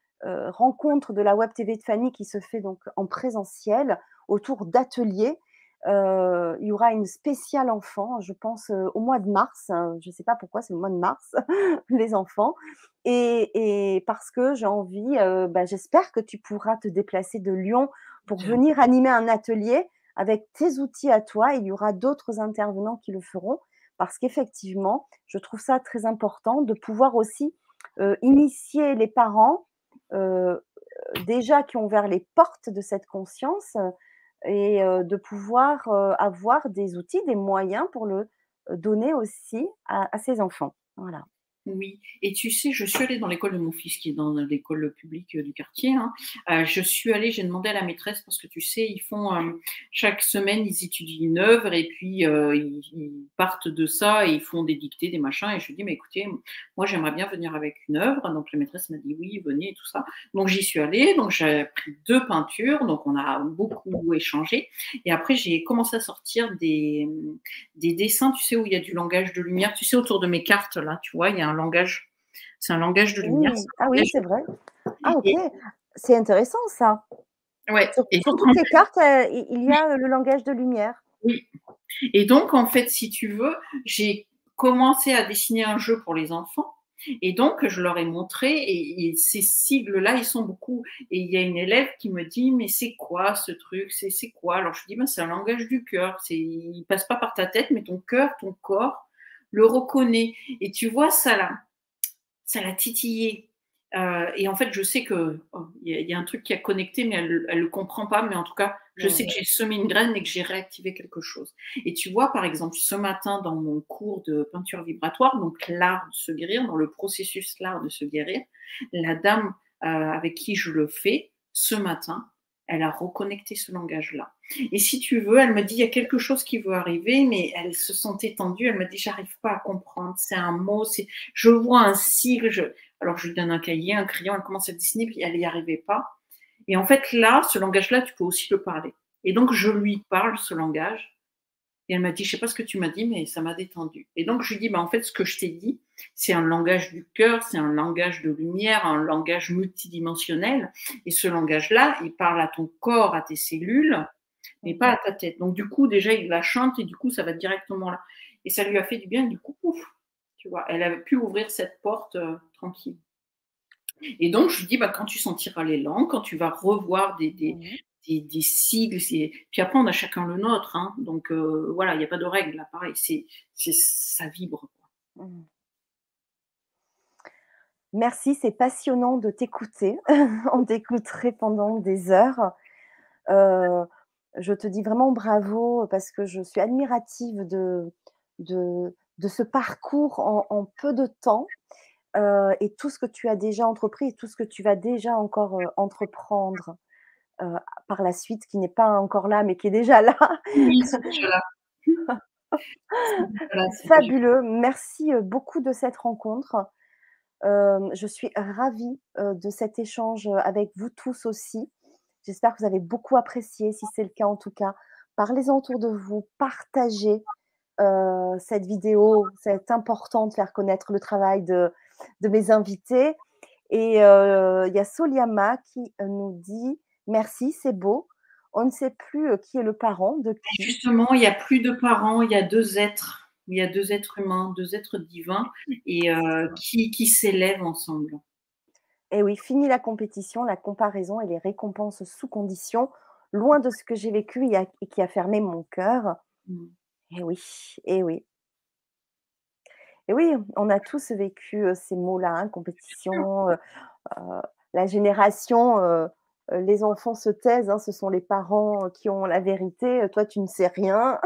rencontres de la Web TV de Fanny qui se fait donc en présentiel autour d'ateliers Il y aura une spéciale enfant, je pense, au mois de mars, hein, je ne sais pas pourquoi c'est le mois de mars, les enfants et parce que j'ai envie, bah, j'espère que tu pourras te déplacer de Lyon pour Bien. venir animer un atelier avec tes outils à toi. Il y aura d'autres intervenants qui le feront parce qu'effectivement, je trouve ça très important de pouvoir aussi, initier les parents, heu, déjà qui ont ouvert les portes de cette conscience, et de pouvoir, avoir des outils, des moyens pour le, donner aussi à ses enfants. Voilà. Oui, et tu sais, je suis allée dans l'école de mon fils qui est dans l'école publique, du quartier, hein. Je suis allée, j'ai demandé à la maîtresse parce que tu sais, ils font, chaque semaine, ils étudient une œuvre et puis, ils partent de ça et ils font des dictées, des machins et je lui dis: «Mais écoutez, moi j'aimerais bien venir avec une œuvre». Donc la maîtresse m'a dit: «Oui, venez» et tout ça. Donc j'y suis allée, donc j'ai pris 2 peintures, donc on a beaucoup échangé et après j'ai commencé à sortir des dessins, tu sais, où il y a du langage de lumière. Tu sais, autour de mes cartes, là, tu vois, il y a un langage. C'est un langage de lumière. Oui, ah oui, c'est vrai. Ah OK, Et, c'est intéressant ça. ouais. Et Sur donc, toutes tes cartes, il y a, le langage de lumière. oui. Et donc, en fait, si tu veux, j'ai commencé à dessiner un jeu pour les enfants. Et donc, je leur ai montré, et ces sigles-là, ils sont beaucoup. Et il y a une élève qui me dit, mais c'est quoi ce truc? C'est quoi? Alors, je dis, ben, c'est un langage du cœur. Il passe pas par ta tête, mais ton cœur, ton corps le reconnaît. Et tu vois, ça l'a titillé. Et en fait, je sais que il y a un truc qui a connecté, mais elle le comprend pas. Mais en tout cas, je sais Mmh. que j'ai semé une graine et que j'ai réactivé quelque chose. Et tu vois, par exemple, ce matin, dans mon cours de peinture vibratoire, donc l'art de se guérir, dans le processus l'art de se guérir, la dame avec qui je le fais, ce matin, elle a reconnecté ce langage-là. Et si tu veux, elle me dit, il y a quelque chose qui veut arriver, mais elle se sentait tendue. Elle me dit, j'arrive pas à comprendre. C'est un mot, je vois un sigle. Alors je lui donne un cahier, un crayon, elle commence à dessiner, puis elle n'y arrivait pas. Et en fait, là, ce langage-là, tu peux aussi le parler. Et donc, je lui parle ce langage. Et elle m'a dit, je sais pas ce que tu m'as dit, mais ça m'a détendu. Et donc, je lui dis, bah, en fait, ce que je t'ai dit, c'est un langage du cœur, c'est un langage de lumière, un langage multidimensionnel. Et ce langage-là, il parle à ton corps, à tes cellules, mais pas Mmh. à ta tête. Donc, du coup, déjà, il la chante et du coup, ça va directement là. Et ça lui a fait du bien. Du coup, pouf, tu vois, elle avait pu ouvrir cette porte tranquille. Et donc, je lui dis, bah, quand tu sentiras l'élan, quand tu vas revoir Mmh. des sigles, puis après, on a chacun le nôtre, hein. Donc, voilà, il n'y a pas de règle, là, pareil, ça vibre, quoi. Mmh. Merci, c'est passionnant de t'écouter. On t'écouterait pendant des heures. Heu, je te dis vraiment bravo parce que je suis admirative de ce parcours en peu de temps, et tout ce que tu as déjà entrepris et tout ce que tu vas déjà encore, entreprendre, heu, par la suite, qui n'est pas encore là, mais qui est déjà là. Oui, c'est déjà là. C'est déjà là, c'est déjà Fabuleux. Merci, beaucoup de cette rencontre. Je suis ravie, de cet échange, avec vous tous aussi. J'espère que vous avez beaucoup apprécié. Si c'est le cas, en tout cas, parlez-en autour de vous, partagez, cette vidéo. C'est important de faire connaître le travail de mes invités et il y a Soliama qui, nous dit: «Merci, c'est beau. On ne sait plus, qui est le parent de qui». justement, il y a plus de parents, il y a 2 êtres. Il y a 2 êtres humains, 2 êtres divins et qui s'élèvent ensemble. Et oui, fini la compétition, la comparaison et les récompenses sous condition, loin de ce que j'ai vécu et qui a fermé mon cœur. Mmh. Et oui, et oui, et oui, on a tous vécu, ces mots-là, hein, compétition, heu, la génération, les enfants se taisent, hein, ce sont les parents, qui ont la vérité, toi tu ne sais rien.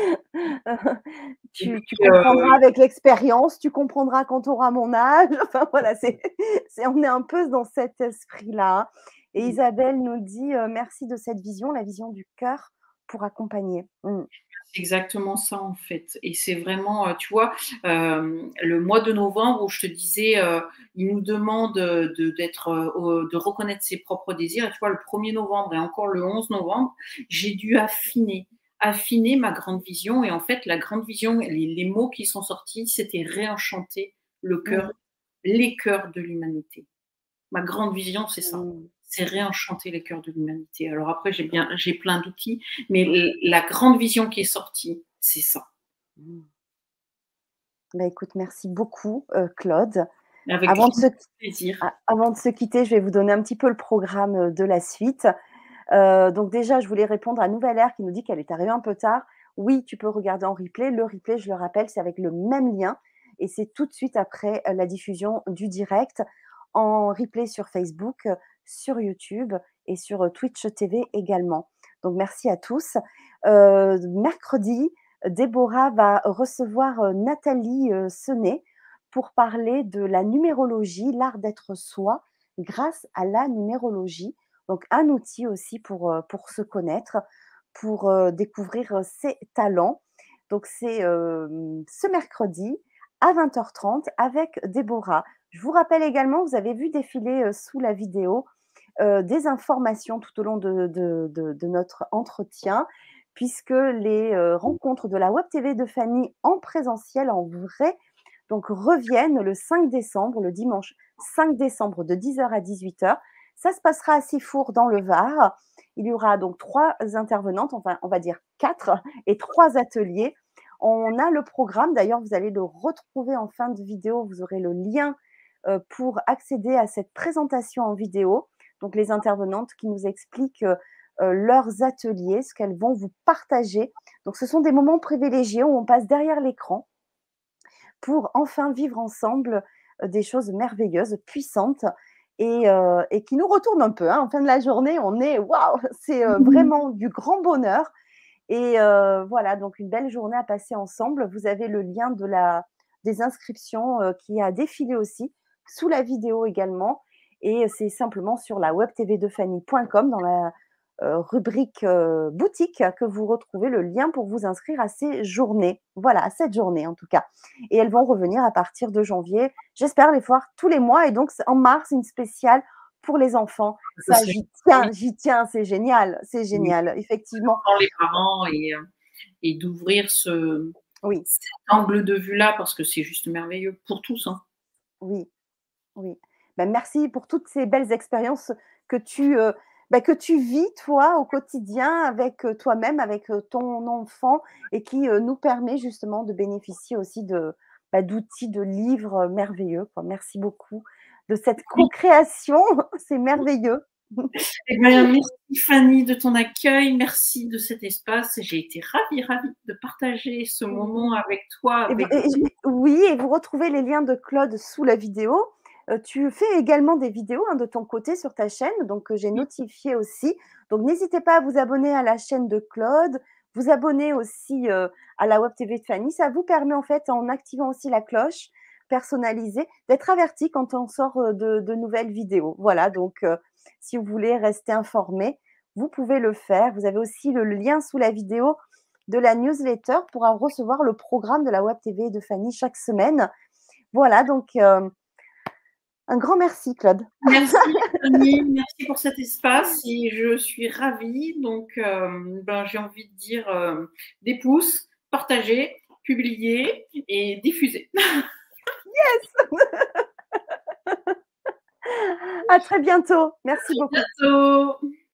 Et Tu puis, comprendras avec l'expérience, tu comprendras quand tu auras mon âge. Enfin voilà, c'est on est un peu dans cet esprit-là. Et mmh. Isabelle nous dit, «Merci de cette vision, la vision du cœur pour accompagner». Mmh. C'est exactement ça, en fait et c'est vraiment, tu vois, le mois de novembre où je te disais, il nous demande, d'être, au de reconnaître ses propres désirs et tu vois, le 1er novembre et encore le 11 novembre, j'ai dû affiner ma grande vision et en fait, la grande vision, les mots qui sont sortis, c'était réenchanter le cœur Mmh. les cœurs de l'humanité. Ma grande vision, c'est ça. Mmh. c'est réenchanter les cœurs de l'humanité. Alors après, j'ai plein d'outils, mais la grande vision qui est sortie, c'est ça. Mmh. Bah, écoute, merci beaucoup, Claude. Avec Avant de grand se plaisir. Avant de se quitter, je vais vous donner un petit peu le programme, de la suite. Donc déjà, je voulais répondre à Nouvelle Ère qui nous dit qu'elle est arrivée un peu tard. Oui, tu peux regarder en replay. Le replay, je le rappelle, c'est avec le même lien et c'est tout de suite après, la diffusion du direct en replay sur Facebook, sur YouTube et sur, Twitch TV également. Donc merci à tous. Mercredi, Déborah va recevoir, Nathalie, Senet pour parler de la numérologie, l'art d'être soi grâce à la numérologie. Donc un outil aussi pour se connaître, pour, découvrir, ses talents. Donc c'est, ce mercredi à 20h30 avec Déborah. Je vous rappelle également, vous avez vu défiler, sous la vidéo, des informations tout au long de notre entretien, puisque les, rencontres de la Web TV de Fanny en présentiel, en vrai, donc reviennent le 5 décembre, le dimanche 5 décembre de 10h à 18h. Ça se passera à Sifour dans le Var. Il y aura donc 3 intervenantes, enfin on va dire 4 et 3 ateliers. On a le programme, d'ailleurs vous allez le retrouver en fin de vidéo, vous aurez le lien, pour accéder à cette présentation en vidéo. Donc les intervenantes qui nous expliquent, leurs ateliers, ce qu'elles vont vous partager. Donc ce sont des moments privilégiés où on passe derrière l'écran pour enfin vivre ensemble des choses merveilleuses, puissantes et qui nous retournent un peu. Hein. En fin de la journée, on est waouh, c'est vraiment du grand bonheur. Et voilà, donc une belle journée à passer ensemble. Vous avez le lien des inscriptions qui a défilé aussi, sous la vidéo également. Et c'est simplement sur la webtvdefanny.com dans la rubrique boutique que vous retrouvez le lien pour vous inscrire à ces journées. Voilà, à cette journée en tout cas. Et elles vont revenir à partir de janvier. J'espère les voir tous les mois. Et donc en mars, une spéciale pour les enfants. Ce Ça, serait oui, j'y tiens, c'est oui, génial, effectivement. pour les parents et d'ouvrir Oui, cet angle de vue-là parce que c'est juste merveilleux pour tous. Hein. oui, oui. Ben, merci pour toutes ces belles expériences que que tu vis, toi, au quotidien, avec toi-même, avec ton enfant, et qui nous permet justement de bénéficier aussi d'outils, de livres merveilleux, quoi. Merci beaucoup de cette Oui. co-création, c'est merveilleux. Eh bien, merci Fanny de ton accueil, merci de cet espace. J'ai été ravie de partager ce moment avec toi, avec Oui, et vous retrouvez les liens de Claude sous la vidéo. Tu fais également des vidéos, hein, de ton côté sur ta chaîne, donc j'ai notifié aussi. Donc n'hésitez pas à vous abonner à la chaîne de Claude, vous abonner aussi, à la Web TV de Fanny. Ça vous permet en fait, en activant aussi la cloche personnalisée, d'être averti quand on sort, de nouvelles vidéos. Voilà, donc si vous voulez rester informé, vous pouvez le faire. Vous avez aussi le lien sous la vidéo de la newsletter pour recevoir le programme de la Web TV de Fanny chaque semaine. Voilà, donc un grand merci, Claude. merci Fanny, merci pour cet espace et je suis ravie. Donc, j'ai envie de dire des pouces, partager, publier et diffuser. À très bientôt. Merci À beaucoup. bientôt.